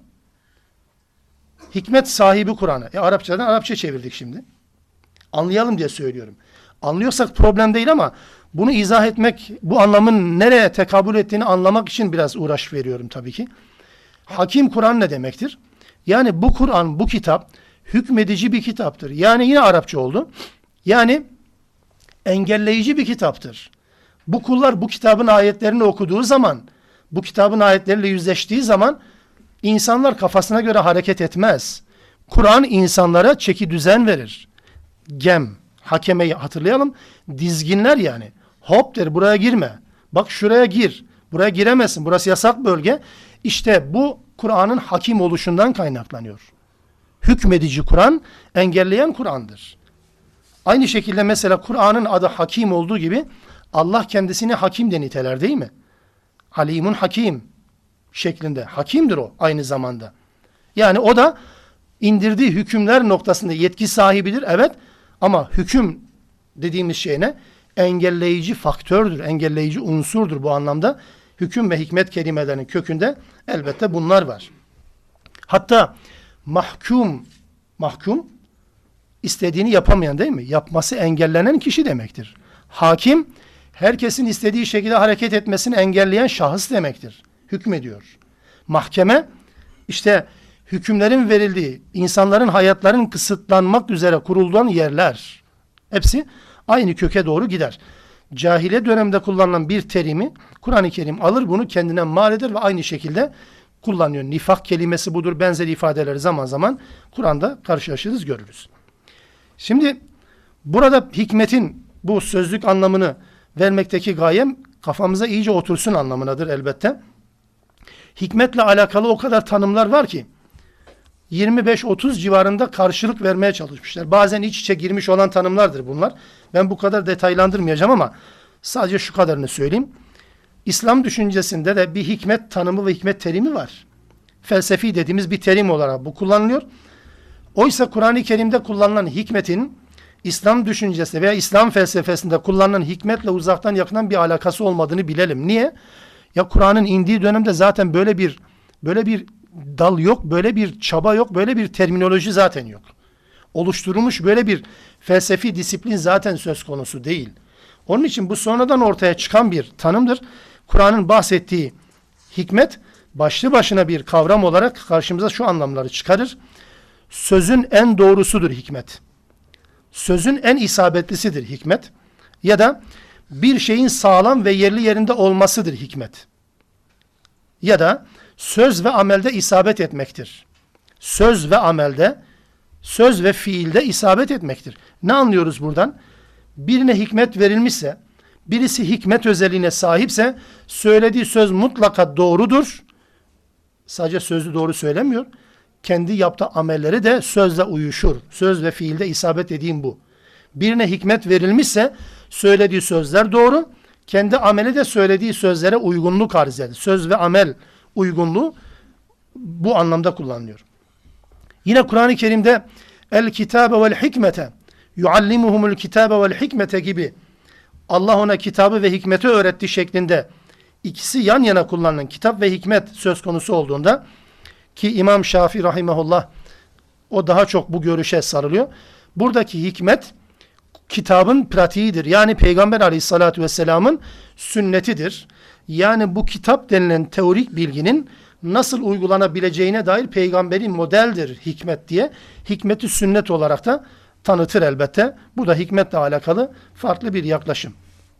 Hikmet sahibi Kur'an'a. E Arapçadan Arapça çevirdik şimdi. Anlayalım diye söylüyorum. Anlıyorsak problem değil ama bunu izah etmek, bu anlamın nereye tekabül ettiğini anlamak için biraz uğraş veriyorum tabii ki. Hakim Kur'an ne demektir? Yani bu Kur'an, bu kitap hükmedici bir kitaptır. Yani yine Arapça oldu. Yani engelleyici bir kitaptır. Bu kullar bu kitabın ayetlerini okuduğu zaman, bu kitabın ayetleriyle yüzleştiği zaman insanlar kafasına göre hareket etmez. Kur'an insanlara çeki düzen verir. Gem, hakemeyi hatırlayalım. Dizginler yani. Hop der, buraya girme. Bak şuraya gir. Buraya giremezsin. Burası yasak bölge. İşte bu Kur'an'ın hakim oluşundan kaynaklanıyor. Hükmedici Kur'an, engelleyen Kur'an'dır. Aynı şekilde mesela Kur'an'ın adı hakim olduğu gibi Allah kendisini hakim de niteler değil mi? Alimun hakim şeklinde. Hakimdir o aynı zamanda. Yani o da indirdiği hükümler noktasında yetki sahibidir. Evet, ama hüküm dediğimiz şey ne? Engelleyici faktördür, engelleyici unsurdur bu anlamda. Hüküm ve hikmet kelimelerinin kökünde elbette bunlar var. Hatta mahkum, mahkum istediğini yapamayan değil mi? Yapması engellenen kişi demektir. Hakim, herkesin istediği şekilde hareket etmesini engelleyen şahıs demektir. Hükmediyor. Mahkeme, işte hükümlerin verildiği, insanların hayatlarının kısıtlanmak üzere kurulan yerler. Hepsi aynı köke doğru gider. Cahiliye döneminde kullanılan bir terimi Kur'an-ı Kerim alır, bunu kendine mal eder ve aynı şekilde kullanıyor. Nifak kelimesi budur. Benzer ifadeleri zaman zaman Kur'an'da karşılaşırız, görürüz. Şimdi burada hikmetin bu sözlük anlamını vermekteki gayem kafamıza iyice otursun anlamındadır elbette. Hikmetle alakalı o kadar tanımlar var ki yirmi beş otuz civarında karşılık vermeye çalışmışlar. Bazen iç içe girmiş olan tanımlardır bunlar. Ben bu kadar detaylandırmayacağım ama sadece şu kadarını söyleyeyim. İslam düşüncesinde de bir hikmet tanımı ve hikmet terimi var. Felsefi dediğimiz bir terim olarak bu kullanılıyor. Oysa Kur'an-ı Kerim'de kullanılan hikmetin İslam düşüncesinde veya İslam felsefesinde kullanılan hikmetle uzaktan yakından bir alakası olmadığını bilelim. Niye? Ya Kur'an'ın indiği dönemde zaten böyle bir böyle bir dal yok, böyle bir çaba yok, böyle bir terminoloji zaten yok. Oluşturulmuş böyle bir felsefi disiplin zaten söz konusu değil. Onun için bu sonradan ortaya çıkan bir tanımdır. Kur'an'ın bahsettiği hikmet başlı başına bir kavram olarak karşımıza şu anlamları çıkarır. Sözün en doğrusudur hikmet. Sözün en isabetlisidir hikmet. Ya da bir şeyin sağlam ve yerli yerinde olmasıdır hikmet. Ya da söz ve amelde isabet etmektir. Söz ve amelde, söz ve fiilde isabet etmektir. Ne anlıyoruz buradan? Birine hikmet verilmişse, birisi hikmet özelliğine sahipse, söylediği söz mutlaka doğrudur. Sadece sözü doğru söylemiyor. Kendi yaptığı amelleri de sözle uyuşur. Söz ve fiilde isabet dediğim bu. Birine hikmet verilmişse, söylediği sözler doğru. Kendi ameli de söylediği sözlere uygunluk arz eder. Söz ve amel uygunluğu bu anlamda kullanılıyor. Yine Kur'an-ı Kerim'de el kitabe vel hikmete yuallimuhumul kitabe vel hikmete gibi Allah ona kitabı ve hikmeti öğretti şeklinde ikisi yan yana kullanılan kitap ve hikmet söz konusu olduğunda ki İmam Şafii rahimehullah o daha çok bu görüşe sarılıyor. Buradaki hikmet kitabın pratiğidir. Yani Peygamber aleyhissalatü vesselamın sünnetidir. Yani bu kitap denilen teorik bilginin nasıl uygulanabileceğine dair peygamberin modeldir hikmet diye. Hikmeti sünnet olarak da tanıtır elbette. Bu da hikmetle alakalı farklı bir yaklaşım.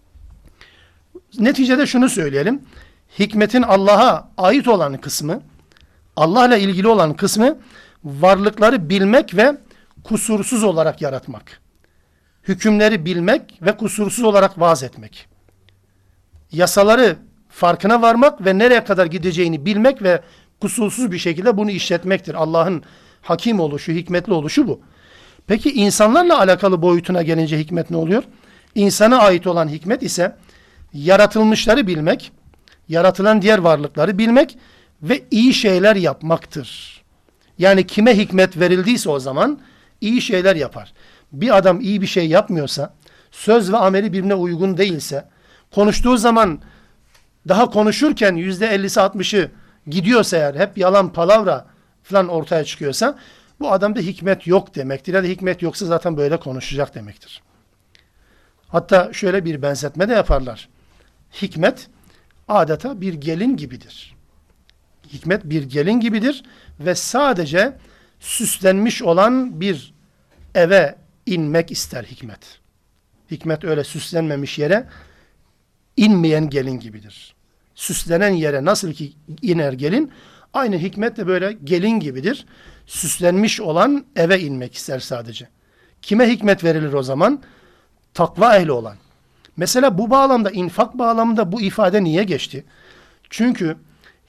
Neticede şunu söyleyelim. Hikmetin Allah'a ait olan kısmı, Allah'la ilgili olan kısmı varlıkları bilmek ve kusursuz olarak yaratmak. Hükümleri bilmek ve kusursuz olarak vaaz etmek. Yasaları farkına varmak ve nereye kadar gideceğini bilmek ve kusursuz bir şekilde bunu işletmektir. Allah'ın hakim oluşu, hikmetli oluşu bu. Peki insanlarla alakalı boyutuna gelince hikmet ne oluyor? İnsana ait olan hikmet ise yaratılmışları bilmek, yaratılan diğer varlıkları bilmek ve iyi şeyler yapmaktır. Yani kime hikmet verildiyse o zaman iyi şeyler yapar. Bir adam iyi bir şey yapmıyorsa, söz ve ameli birbirine uygun değilse, konuştuğu zaman daha konuşurken yüzde ellisi altmışı gidiyorsa eğer, hep yalan palavra falan ortaya çıkıyorsa, bu adamda hikmet yok demektir. Ya da hikmet yoksa zaten böyle konuşacak demektir. Hatta şöyle bir benzetme de yaparlar. Hikmet adeta bir gelin gibidir. Hikmet bir gelin gibidir ve sadece süslenmiş olan bir eve inmek ister hikmet. Hikmet öyle süslenmemiş yere inmeyen gelin gibidir. Süslenen yere nasıl ki iner gelin, aynı hikmet de böyle gelin gibidir. Süslenmiş olan eve inmek ister sadece. Kime hikmet verilir o zaman? Takva ehli olan. Mesela bu bağlamda, infak bağlamında bu ifade niye geçti? Çünkü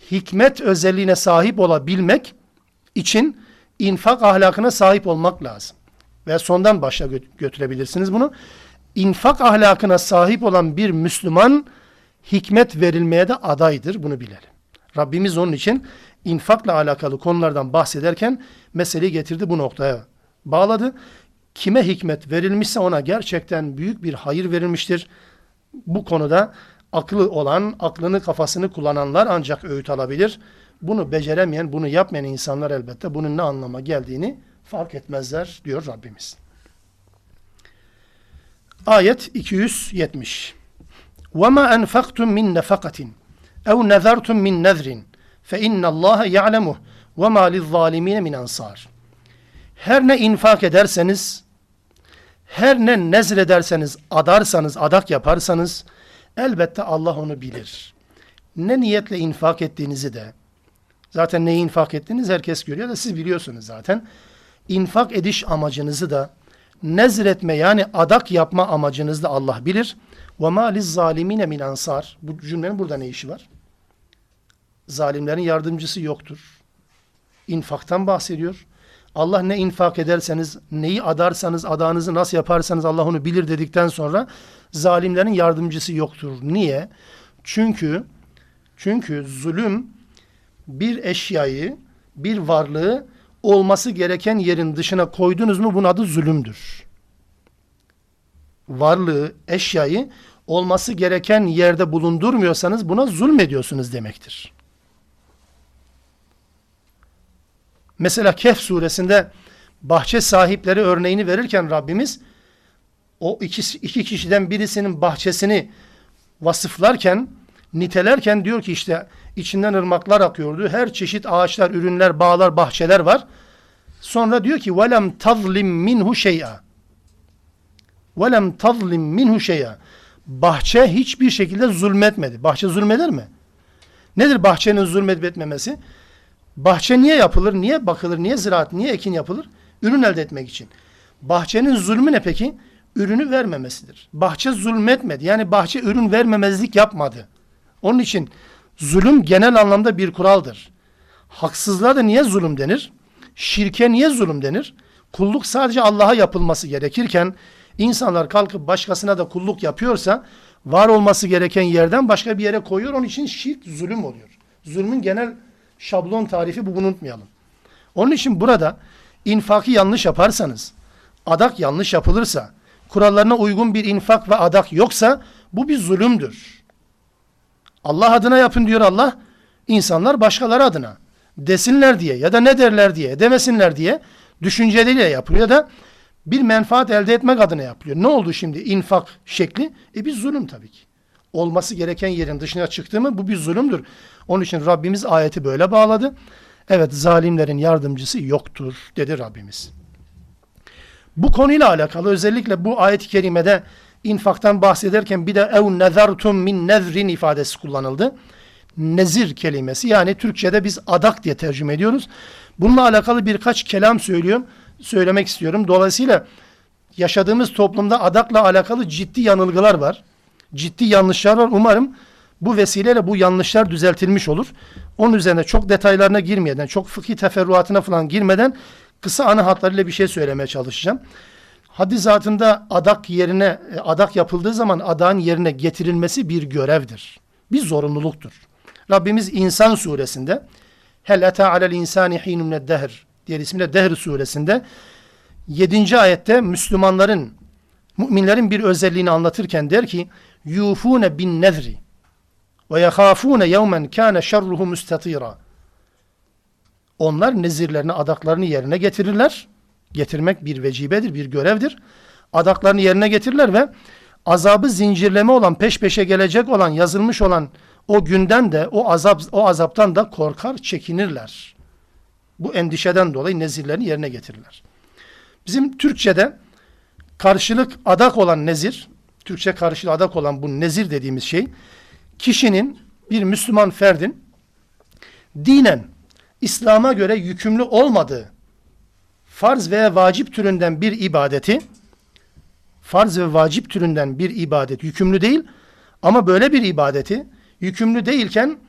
hikmet özelliğine sahip olabilmek için infak ahlakına sahip olmak lazım. Ve sondan başa gö- götürebilirsiniz bunu. İnfak ahlakına sahip olan bir Müslüman hikmet verilmeye de adaydır. Bunu bilelim. Rabbimiz onun için infakla alakalı konulardan bahsederken meseleyi getirdi bu noktaya bağladı. Kime hikmet verilmişse ona gerçekten büyük bir hayır verilmiştir. Bu konuda aklı olan, aklını kafasını kullananlar ancak öğüt alabilir. Bunu beceremeyen, bunu yapmayan insanlar elbette bunun ne anlama geldiğini fark etmezler diyor Rabbimiz. Ayet iki yüz yetmiş. وَمَا أَنْفَقْتُمْ مِنْ نَفَقَةٍ اَوْ نَذَرْتُمْ مِنْ نَذْرٍ فَاِنَّ اللّٰهَ يَعْلَمُهُ وَمَا لِلظَّالِمِينَ مِنْ أَنْصَارٍ. Her ne infak ederseniz, her ne nezrederseniz, adarsanız, adak yaparsanız, elbette Allah onu bilir. Ne niyetle infak ettiğinizi de, zaten neyi infak ettiğiniz herkes görüyor da siz biliyorsunuz zaten. İnfak ediş amacınızı da, nezretme yani adak yapma amacınızı da Allah bilir. وَمَا لِلظَّالِمِينَ مِنْ أَنْصَارٍ. Bu cümlenin burada ne işi var? Zalimlerin yardımcısı yoktur. İnfaktan bahsediyor. Allah ne infak ederseniz, neyi adarsanız, adağınızı nasıl yaparsanız Allah onu bilir dedikten sonra zalimlerin yardımcısı yoktur. Niye? Çünkü çünkü zulüm bir eşyayı, bir varlığı olması gereken yerin dışına koydunuz mu bunun adı zulümdür. Varlığı, eşyayı olması gereken yerde bulundurmuyorsanız buna zulmediyorsunuz demektir. Mesela Kehf suresinde bahçe sahipleri örneğini verirken Rabbimiz o iki, iki kişiden birisinin bahçesini vasıflarken, nitelerken diyor ki işte içinden ırmaklar akıyordu. Her çeşit ağaçlar, ürünler, bağlar, bahçeler var. Sonra diyor ki وَلَمْ تَظْلِمْ مِنْهُ شَيْئًا وَلَمْ تَظْلِمْ مِنْهُ شَيْئًا. Bahçe hiçbir şekilde zulmetmedi. Bahçe zulmeder mi? Nedir bahçenin zulmetmemesi? Bahçe niye yapılır? Niye bakılır? Niye ziraat? Niye ekin yapılır? Ürün elde etmek için. Bahçenin zulmü ne peki? Ürünü vermemesidir. Bahçe zulmetmedi. Yani bahçe ürün vermemezlik yapmadı. Onun için zulüm genel anlamda bir kuraldır. Haksızlığa da niye zulüm denir? Şirke niye zulüm denir? Kulluk sadece Allah'a yapılması gerekirken insanlar kalkıp başkasına da kulluk yapıyorsa var olması gereken yerden başka bir yere koyuyor. Onun için şirk zulüm oluyor. Zulmün genel şablon tarifi bu, bunu unutmayalım. Onun için burada infakı yanlış yaparsanız, adak yanlış yapılırsa, kurallarına uygun bir infak ve adak yoksa bu bir zulümdür. Allah adına yapın diyor Allah, insanlar başkaları adına desinler diye ya da ne derler diye demesinler diye düşünceleriyle yapıyor ya da bir menfaat elde etmek adına yapılıyor. Ne oldu şimdi infak şekli? E bir zulüm tabii ki. Olması gereken yerin dışına çıktı mı bu bir zulümdür. Onun için Rabbimiz ayeti böyle bağladı. Evet, zalimlerin yardımcısı yoktur dedi Rabbimiz. Bu konuyla alakalı özellikle bu ayet-i kerimede infaktan bahsederken bir de ev nezertum min nezrin ifadesi kullanıldı. Nezir kelimesi, yani Türkçe'de biz adak diye tercüme ediyoruz. Bununla alakalı birkaç kelam söylüyorum, söylemek istiyorum. Dolayısıyla yaşadığımız toplumda adakla alakalı ciddi yanılgılar var. Ciddi yanlışlar var. Umarım bu vesileyle bu yanlışlar düzeltilmiş olur. Onun üzerine çok detaylarına girmeden, çok fıkhi teferruatına falan girmeden kısa ana hatlarıyla bir şey söylemeye çalışacağım. Hadis zatında adak yerine, adak yapıldığı zaman adağın yerine getirilmesi bir görevdir. Bir zorunluluktur. Rabbimiz İnsan suresinde Hel ata alel insani hinun mined-dehr diye ismiyle Dehr suresinde yedinci ayette Müslümanların, müminlerin bir özelliğini anlatırken der ki yufune bin nezri ve yahafune yevmen kana şerruhu mustatira. Onlar nezirlerini, adaklarını yerine getirirler. Getirmek bir vecibedir, bir görevdir. Adaklarını yerine getirirler ve azabı zincirleme olan, peş peşe gelecek olan, yazılmış olan o günden de, o azap, o azaptan da korkar, çekinirler. Bu endişeden dolayı nezirlerini yerine getirirler. Bizim Türkçe'de karşılık adak olan nezir, Türkçe karşılığı adak olan bu nezir dediğimiz şey, kişinin, bir Müslüman ferdin dinen, İslam'a göre yükümlü olmadığı farz veya vacip türünden bir ibadeti, farz ve vacip türünden bir ibadet yükümlü değil ama böyle bir ibadeti yükümlü değilken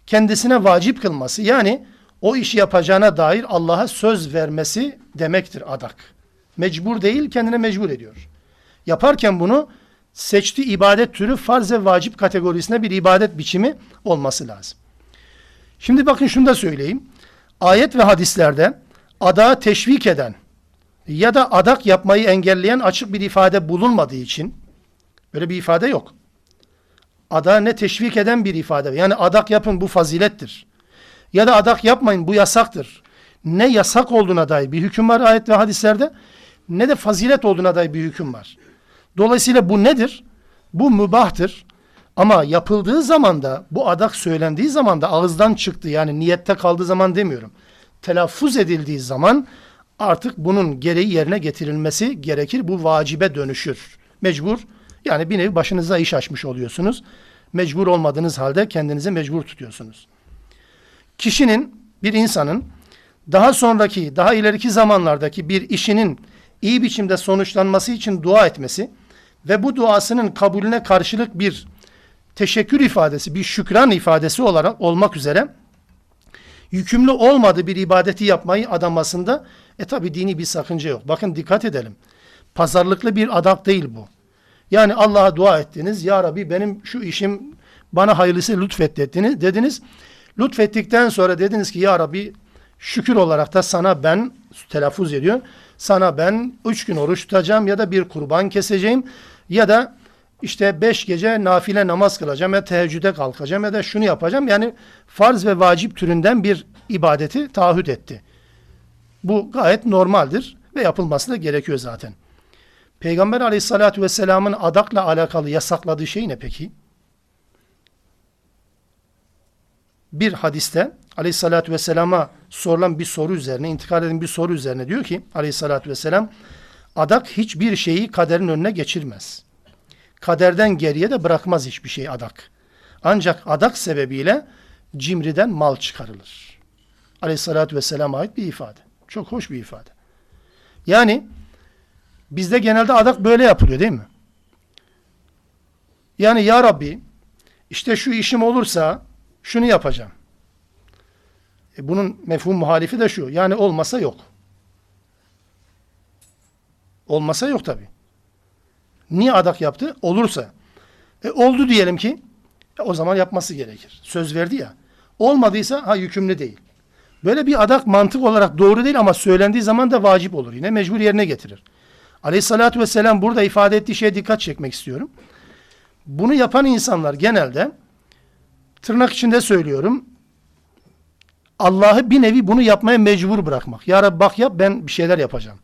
kendisine vacip kılması, yani o işi yapacağına dair Allah'a söz vermesi demektir adak. Mecbur değil, kendine mecbur ediyor. Yaparken bunu seçtiği ibadet türü farz ve vacip kategorisine bir ibadet biçimi olması lazım. Şimdi bakın şunu da söyleyeyim. Ayet ve hadislerde adağı teşvik eden ya da adak yapmayı engelleyen açık bir ifade bulunmadığı için, böyle bir ifade yok. Adağı ne teşvik eden bir ifade. Yani adak yapın, bu fazilettir. Ya da adak yapmayın, bu yasaktır. Ne yasak olduğuna dair bir hüküm var ayet ve hadislerde, ne de fazilet olduğuna dair bir hüküm var. Dolayısıyla bu nedir? Bu mübahtır. Ama yapıldığı zaman da, bu adak söylendiği zaman da, ağızdan çıktı, yani niyette kaldığı zaman demiyorum. Telaffuz edildiği zaman artık bunun gereği yerine getirilmesi gerekir. Bu vacibe dönüşür. Mecbur, yani bir nevi başınıza iş açmış oluyorsunuz. Mecbur olmadığınız halde kendinizi mecbur tutuyorsunuz. Kişinin, bir insanın daha sonraki, daha ileriki zamanlardaki bir işinin iyi biçimde sonuçlanması için dua etmesi ve bu duasının kabulüne karşılık bir teşekkür ifadesi, bir şükran ifadesi olarak olmak üzere yükümlü olmadığı bir ibadeti yapmayı adamasında e tabi dini bir sakınca yok. Bakın dikkat edelim. Pazarlıklı bir adak değil bu. Yani Allah'a dua ettiniz. Ya Rabbi benim şu işim bana hayırlısı lütfet dediniz. dediniz. Lütfettikten sonra dediniz ki ya Rabbi şükür olarak da sana ben, telaffuz ediyor, sana ben üç gün oruç tutacağım ya da bir kurban keseceğim ya da işte beş gece nafile namaz kılacağım ya teheccüde kalkacağım ya da şunu yapacağım. Yani farz ve vacip türünden bir ibadeti taahhüt etti. Bu gayet normaldir ve yapılması da gerekiyor zaten. Peygamber aleyhissalatü vesselamın adakla alakalı yasakladığı şey ne peki? Bir hadiste aleyhissalatü vesselama sorulan bir soru üzerine, intikal eden bir soru üzerine diyor ki aleyhissalatü vesselam, adak hiçbir şeyi kaderin önüne geçirmez. Kaderden geriye de bırakmaz hiçbir şey adak. Ancak adak sebebiyle cimriden mal çıkarılır. Aleyhissalatü vesselama ait bir ifade. Çok hoş bir ifade. Yani bizde genelde adak böyle yapılıyor değil mi? Yani ya Rabbi işte şu işim olursa şunu yapacağım. E bunun mefhum muhalifi de şu. Yani olmasa yok. Olmasa yok tabii. Niye adak yaptı? Olursa. E oldu diyelim ki e o zaman yapması gerekir. Söz verdi ya. Olmadıysa ha yükümlü değil. Böyle bir adak mantık olarak doğru değil ama söylendiği zaman da vacip olur. Yine mecbur yerine getirir. Aleyhissalatü vesselam burada ifade ettiği şeye dikkat çekmek istiyorum. Bunu yapan insanlar genelde, tırnak içinde söylüyorum, Allah'ı bir nevi bunu yapmaya mecbur bırakmak. Ya Rabbi bak yap, ben bir şeyler yapacağım.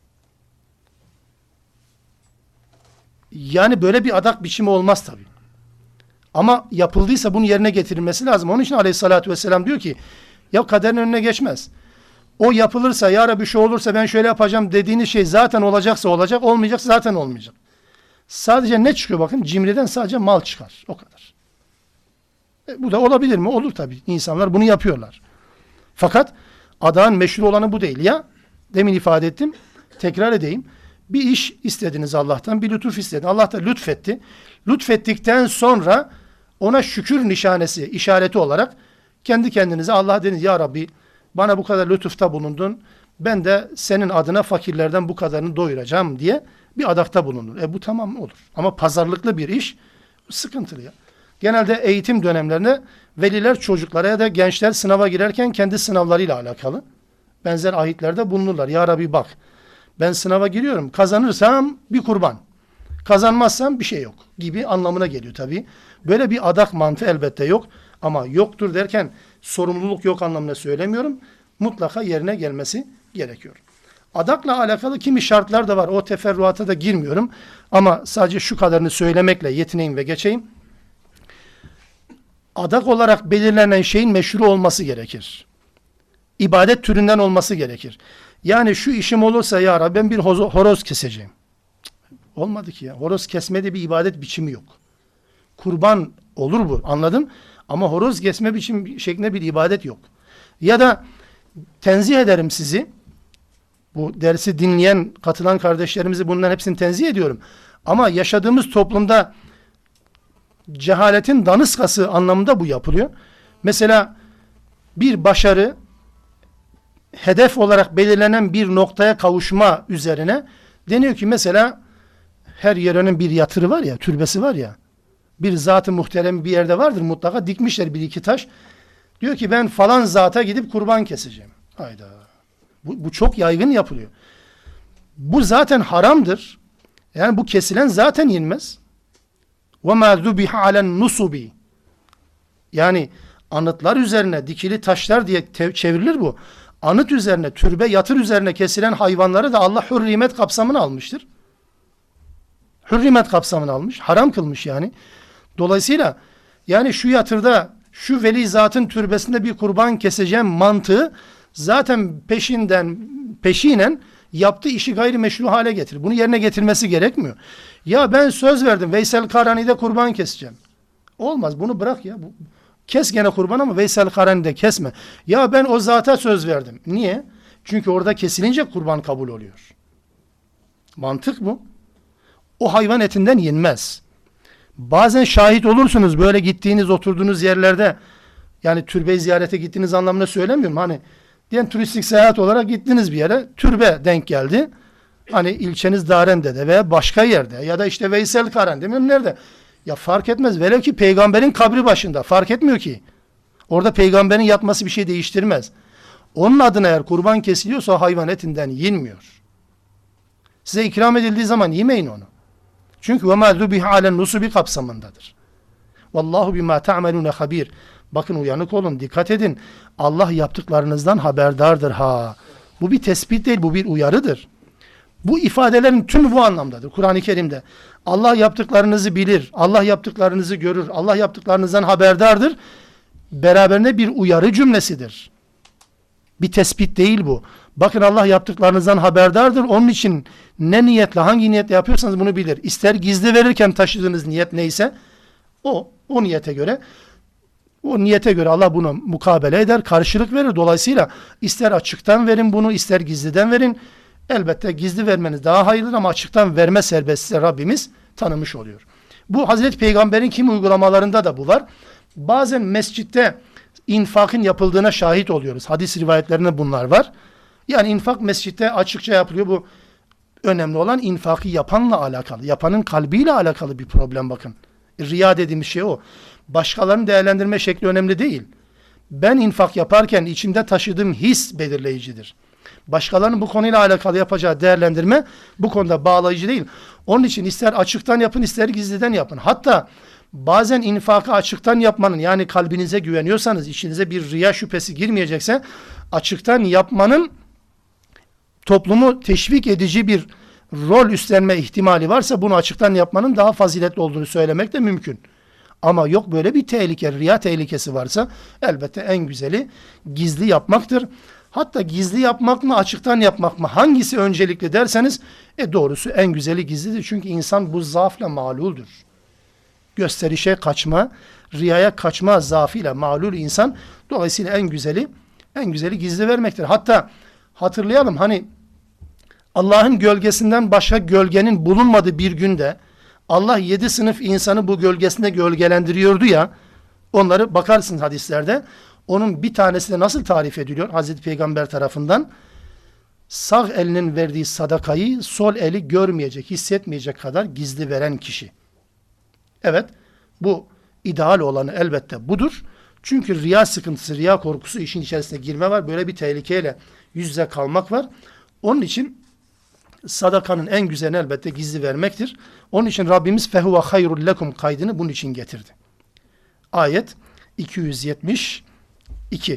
Yani böyle bir adak biçimi olmaz tabii. Ama yapıldıysa bunun yerine getirilmesi lazım. Onun için aleyhissalatü vesselam diyor ki, ya kaderin önüne geçmez. O yapılırsa, ya Rabbi şu olursa ben şöyle yapacağım dediğiniz şey zaten olacaksa olacak, olmayacaksa zaten olmayacak. Sadece ne çıkıyor bakın? Cimriden sadece mal çıkar. O kadar. E, bu da olabilir mi? Olur tabii. İnsanlar bunu yapıyorlar. Fakat adağın meşhur olanı bu değil. Ya demin ifade ettim. Tekrar edeyim. Bir iş istediniz Allah'tan. Bir lütuf istedin. Allah da lütfetti. Lütfettikten sonra ona şükür nişanesi, işareti olarak kendi kendinize Allah'a dediniz. Ya Rabbi bana bu kadar lütufta bulundun. Ben de senin adına fakirlerden bu kadarını doyuracağım diye bir adakta bulunur. E bu tamam olur. Ama pazarlıklı bir iş sıkıntılı ya. Genelde eğitim dönemlerinde veliler çocuklara ya da gençler sınava girerken kendi sınavlarıyla alakalı benzer ahitlerde bulunurlar. Ya Rabbi bak ben sınava giriyorum. Kazanırsam bir kurban. Kazanmazsam bir şey yok gibi anlamına geliyor tabii. Böyle bir adak mantığı elbette yok. Ama yoktur derken sorumluluk yok anlamına söylemiyorum. Mutlaka yerine gelmesi gerekiyor. Adakla alakalı kimi şartlar da var. O teferruata da girmiyorum. Ama sadece şu kadarını söylemekle yetineyim ve geçeyim. Adak olarak belirlenen şeyin meşru olması gerekir. İbadet türünden olması gerekir. Yani şu işim olursa ya Rabbi ben bir horoz keseceğim. Olmadı ki ya. Horoz kesmede bir ibadet biçimi yok. Kurban olur bu, anladım. Ama horoz kesme biçim şeklinde bir ibadet yok. Ya da tenzih ederim sizi. Bu dersi dinleyen, katılan kardeşlerimizi bunların hepsini tenzih ediyorum. Ama yaşadığımız toplumda cehaletin daniskası anlamında bu yapılıyor. Mesela bir başarı, hedef olarak belirlenen bir noktaya kavuşma üzerine deniyor ki mesela her yerenin bir yatırı var ya, türbesi var ya, bir zat-ı muhterem bir yerde vardır mutlaka, dikmişler bir iki taş. Diyor ki ben falan zata gidip kurban keseceğim. Hayda. Bu, bu çok yaygın yapılıyor. Bu zaten haramdır. Yani bu kesilen zaten yenmez. وَمَا ذُبِحَ عَلَى النُّصُبِ Yani anıtlar üzerine dikili taşlar diye çevrilir bu. Anıt üzerine, türbe, yatır üzerine kesilen hayvanları da Allah hürrimet kapsamını almıştır. Hürrimet kapsamını almış. Haram kılmış yani. Dolayısıyla yani şu yatırda, şu veli zatın türbesinde bir kurban keseceğim mantığı zaten peşinden, peşinen yaptığı işi gayrimeşru hale getirir. Bunu yerine getirmesi gerekmiyor. Ya ben söz verdim Veysel Karani'de kurban keseceğim. Olmaz, bunu bırak ya. Bu, kes gene kurban ama Veysel Karani'de kesme. Ya ben o zata söz verdim. Niye? Çünkü orada kesilince kurban kabul oluyor. Mantık bu. O hayvan etinden yenmez. Bazen şahit olursunuz böyle gittiğiniz, oturduğunuz yerlerde, yani türbeyi ziyarete gittiğiniz anlamında söylemiyorum. Hani diyen turistik seyahat olarak gittiniz bir yere, türbe denk geldi. Hani ilçeniz Daren'de veya başka yerde ya da işte Veysel Karan demiyorum nerede. Ya fark etmez. Velev ki peygamberin kabri başında. Fark etmiyor ki. Orada peygamberin yapması bir şey değiştirmez. Onun adına eğer kurban kesiliyorsa o hayvan etinden yenmiyor. Size ikram edildiği zaman yemeyin onu. Çünkü وَمَا ذُبِحَ عَلَى النُّصُبِ kapsamındadır. وَاللّٰهُ بِمَا تَعْمَلُونَ خَب۪يرٌ Bakın uyanık olun, dikkat edin. Allah yaptıklarınızdan haberdardır ha. Bu bir tespit değil, bu bir uyarıdır. Bu ifadelerin tümü bu anlamdadır Kur'an-ı Kerim'de. Allah yaptıklarınızı bilir, Allah yaptıklarınızı görür, Allah yaptıklarınızdan haberdardır. Beraberinde bir uyarı cümlesidir. Bir tespit değil bu. Bakın Allah yaptıklarınızdan haberdardır. Onun için ne niyetle, hangi niyetle yapıyorsanız bunu bilir. İster gizli verirken taşıdığınız niyet neyse o, o niyete göre o niyete göre Allah bunu mukabele eder, karşılık verir. Dolayısıyla ister açıktan verin bunu, ister gizliden verin. Elbette gizli vermeniz daha hayırlıdır ama açıktan verme serbestliği Rabbimiz tanımış oluyor. Bu Hazreti Peygamber'in kimi uygulamalarında da bu var. Bazen mescitte infakın yapıldığına şahit oluyoruz. Hadis rivayetlerinde bunlar var. Yani infak mescitte açıkça yapılıyor. Bu önemli olan infakı yapanla alakalı. Yapanın kalbiyle alakalı bir problem bakın. Riya dediğimiz şey o. Başkalarını değerlendirme şekli önemli değil. Ben infak yaparken içimde taşıdığım his belirleyicidir. Başkalarının bu konuyla alakalı yapacağı değerlendirme bu konuda bağlayıcı değil. Onun için ister açıktan yapın, ister gizliden yapın. Hatta bazen infakı açıktan yapmanın, yani kalbinize güveniyorsanız, içinize bir riya şüphesi girmeyecekse, açıktan yapmanın toplumu teşvik edici bir rol üstlenme ihtimali varsa bunu açıktan yapmanın daha faziletli olduğunu söylemek de mümkün. Ama yok böyle bir tehlike, riya tehlikesi varsa elbette en güzeli gizli yapmaktır. Hatta gizli yapmak mı, açıktan yapmak mı? Hangisi öncelikli derseniz, e doğrusu en güzeli gizlidir. Çünkü insan bu zaafla mağluldur. Gösterişe kaçma, riyaya kaçma zaafıyla mağlul insan. Dolayısıyla en güzeli, en güzeli gizli vermektir. Hatta hatırlayalım, hani Allah'ın gölgesinden başka gölgenin bulunmadığı bir günde Allah yedi sınıf insanı bu gölgesinde gölgelendiriyordu ya, onları bakarsınız hadislerde. Onun bir tanesi de nasıl tarif ediliyor Hazreti Peygamber tarafından? Sağ elinin verdiği sadakayı sol eli görmeyecek, hissetmeyecek kadar gizli veren kişi. Evet, bu ideal olanı elbette budur. Çünkü riya sıkıntısı, riya korkusu işin içerisine girme var. Böyle bir tehlikeyle yüz yüze kalmak var. Onun için sadakanın en güzeli elbette gizli vermektir. Onun için Rabbimiz fehuve hayrul lekum kaydını bunun için getirdi. Ayet iki yüz yetmiş iki.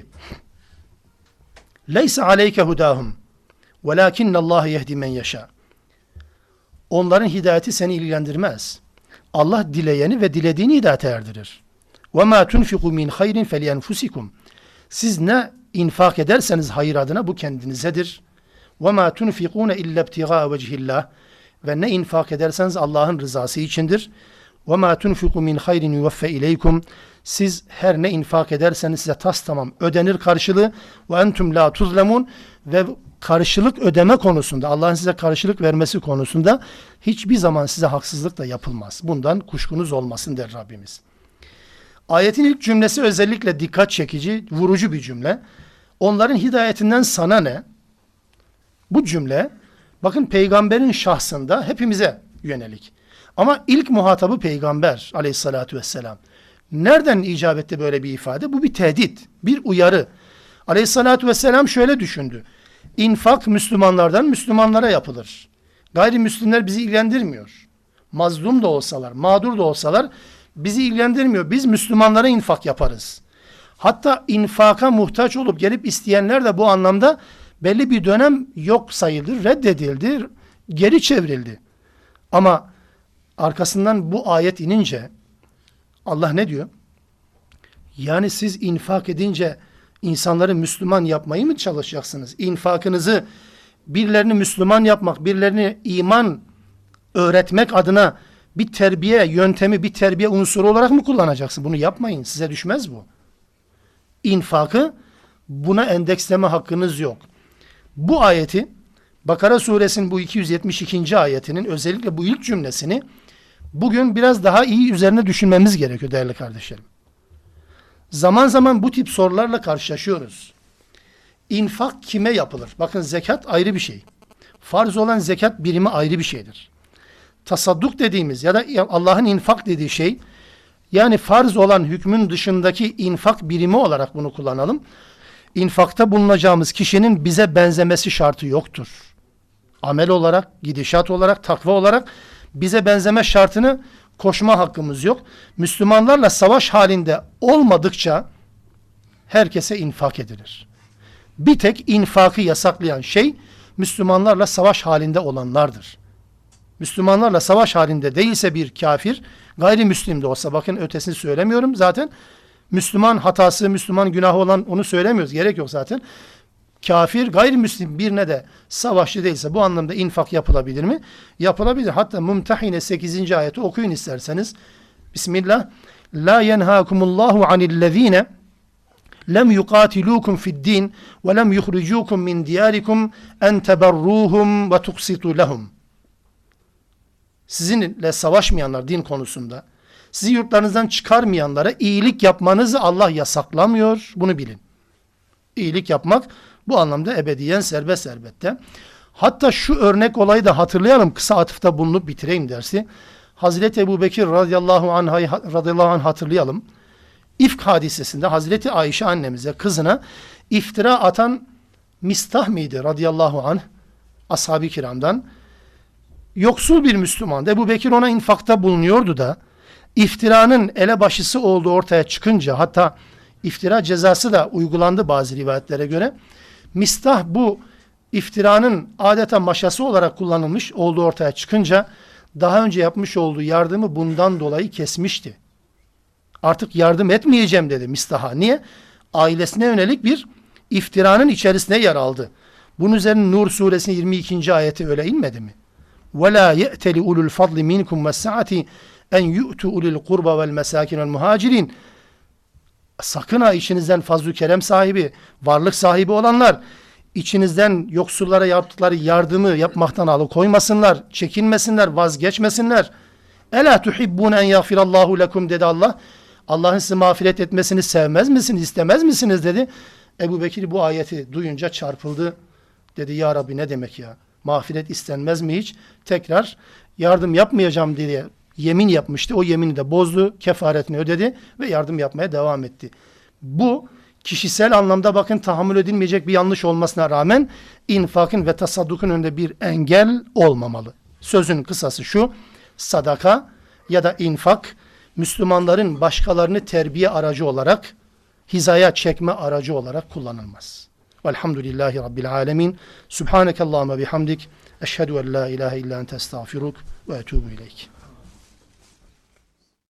Leysa aleyke hudahum velakinnallâhe yehdi men yeşâ. Onların hidayeti seni ilgilendirmez. Allah dileyeni ve dilediğini hidayete erdirir. وَمَا تُنْفِقُوا مِنْ خَيْرٍ فَلْيَنْفُسِكُمْ. Siz ne infak ederseniz hayır adına bu kendinizedir. وَمَا تُنْفِقُونَ اِلَّا ابْتِغَاءَ وَجْهِ اللّٰهِ. Ve ne infak ederseniz Allah'ın rızası içindir. وَمَا تُنْفِقُوا مِنْ خَيْرٍ يُوَفَّ اِلَيْكُمْ. Siz her ne infak ederseniz size tas tamam ödenir karşılığı. وَاَنْتُمْ لَا تُظْلَمُونَ. Ve karşılık ödeme konusunda, Allah'ın size karşılık vermesi konusunda hiçbir zaman size haksızlık da yapılmaz. Bundan kuşkunuz olmasın der Rabbimiz. Ayetin ilk cümlesi özellikle dikkat çekici, vurucu bir cümle. Onların hidayetinden sana ne? Bu cümle bakın peygamberin şahsında hepimize yönelik. Ama ilk muhatabı peygamber aleyhissalatü vesselam. Nereden icap etti böyle bir ifade? Bu bir tehdit, bir uyarı. Aleyhissalatü vesselam şöyle düşündü. İnfak Müslümanlardan Müslümanlara yapılır. Gayrimüslimler bizi ilgilendirmiyor. Mazlum da olsalar, mağdur da olsalar bizi ilgilendirmiyor. Biz Müslümanlara infak yaparız. Hatta infaka muhtaç olup gelip isteyenler de bu anlamda belli bir dönem yok sayıldı, reddedildi, geri çevrildi. Ama arkasından bu ayet inince Allah ne diyor? Yani siz infak edince insanları Müslüman yapmayı mı çalışacaksınız? İnfakınızı birilerini Müslüman yapmak, birilerini iman öğretmek adına bir terbiye yöntemi, bir terbiye unsuru olarak mı kullanacaksın? Bunu yapmayın. Size düşmez bu. İnfakı buna endeksleme hakkınız yok. Bu ayeti Bakara suresinin bu iki yüz yetmiş ikinci ayetinin özellikle bu ilk cümlesini bugün biraz daha iyi üzerine düşünmemiz gerekiyor değerli kardeşlerim. Zaman zaman bu tip sorularla karşılaşıyoruz. İnfak kime yapılır? Bakın zekat ayrı bir şey. Farz olan zekat birimi ayrı bir şeydir. Tasadduk dediğimiz ya da Allah'ın infak dediği şey, yani farz olan hükmün dışındaki infak birimi olarak bunu kullanalım. İnfakta bulunacağımız kişinin bize benzemesi şartı yoktur. Amel olarak, gidişat olarak, takva olarak bize benzeme şartını koşma hakkımız yok. Müslümanlarla savaş halinde olmadıkça herkese infak edilir. Bir tek infakı yasaklayan şey Müslümanlarla savaş halinde olanlardır. Müslümanlarla savaş halinde değilse bir kafir, gayrimüslim de olsa, bakın ötesini söylemiyorum zaten. Müslüman hatası, Müslüman günahı olan onu söylemiyoruz. Gerek yok zaten. Kafir, gayrimüslim birine de savaşçı değilse bu anlamda infak yapılabilir mi? Yapılabilir. Hatta Mümtehine sekizinci ayeti okuyun isterseniz. Bismillah. La yenhâkumullahu anillezîne lem yuqatilukum fi'd-din ve lem yuhricukum min diyarikum en teberruhum ve tuqsitu lehum. Sizinle savaşmayanlar din konusunda, sizi yurtlarınızdan çıkarmayanlara iyilik yapmanızı Allah yasaklamıyor. Bunu bilin. İyilik yapmak bu anlamda ebediyen serbest elbette. Hatta şu örnek olayı da hatırlayalım. Kısa atıfta bulunup bitireyim dersi. Hazreti Ebubekir radıyallahu anh, radıyallahu anh hatırlayalım. İfk hadisesinde Hazreti Ayşe annemize, kızına iftira atan Mistah mıydı radıyallahu anh, ashab-ı kiramdan, yoksul bir Müslüman. Ebubekir ona infakta bulunuyordu da iftiranın elebaşısı olduğu ortaya çıkınca, hatta iftira cezası da uygulandı bazı rivayetlere göre. Mistah bu iftiranın adeta maşası olarak kullanılmış olduğu ortaya çıkınca daha önce yapmış olduğu yardımı bundan dolayı kesmişti. Artık yardım etmeyeceğim dedi Mistah'a. Niye? Ailesine yönelik bir iftiranın içerisine yer aldı. Bunun üzerine Nur suresinin yirmi ikinci ayeti öyle inmedi mi? وَلَا يَأْتَلِ اُلُوا الْفَضْلِ مِنْكُمْ وَالسَّعَةِ اَنْ يُؤْتُوا اُلِي الْقُرْبَ وَالْمَسَاكِنَ وَالْمُهَاجِرِينَ. Sakın ha içinizden fazl-ı kerem sahibi, varlık sahibi olanlar, içinizden yoksullara yaptıkları yardımı yapmaktan alıkoymasınlar, çekinmesinler, vazgeçmesinler. Ela tuhibbun en yaghfirallahu lekum dedi Allah. Allah'ın size mağfiret etmesini sevmez misiniz, istemez misiniz dedi. Ebubekir bu ayeti duyunca çarpıldı. Dedi ya Rabbi ne demek ya? Mağfiret istenmez mi hiç? Tekrar yardım yapmayacağım diye yemin yapmıştı. O yemini de bozdu, kefaretini ödedi ve yardım yapmaya devam etti. Bu kişisel anlamda bakın tahammül edilmeyecek bir yanlış olmasına rağmen infakın ve tasaddukun önünde bir engel olmamalı. Sözün kısası şu: sadaka ya da infak Müslümanların başkalarını terbiye aracı olarak, hizaya çekme aracı olarak kullanılmaz. Velhamdülillahi Rabbil alemin. Subhanekallahümme bihamdik. Eşhedü en la ilahe illa ente estağfiruk ve etûbü ileyk.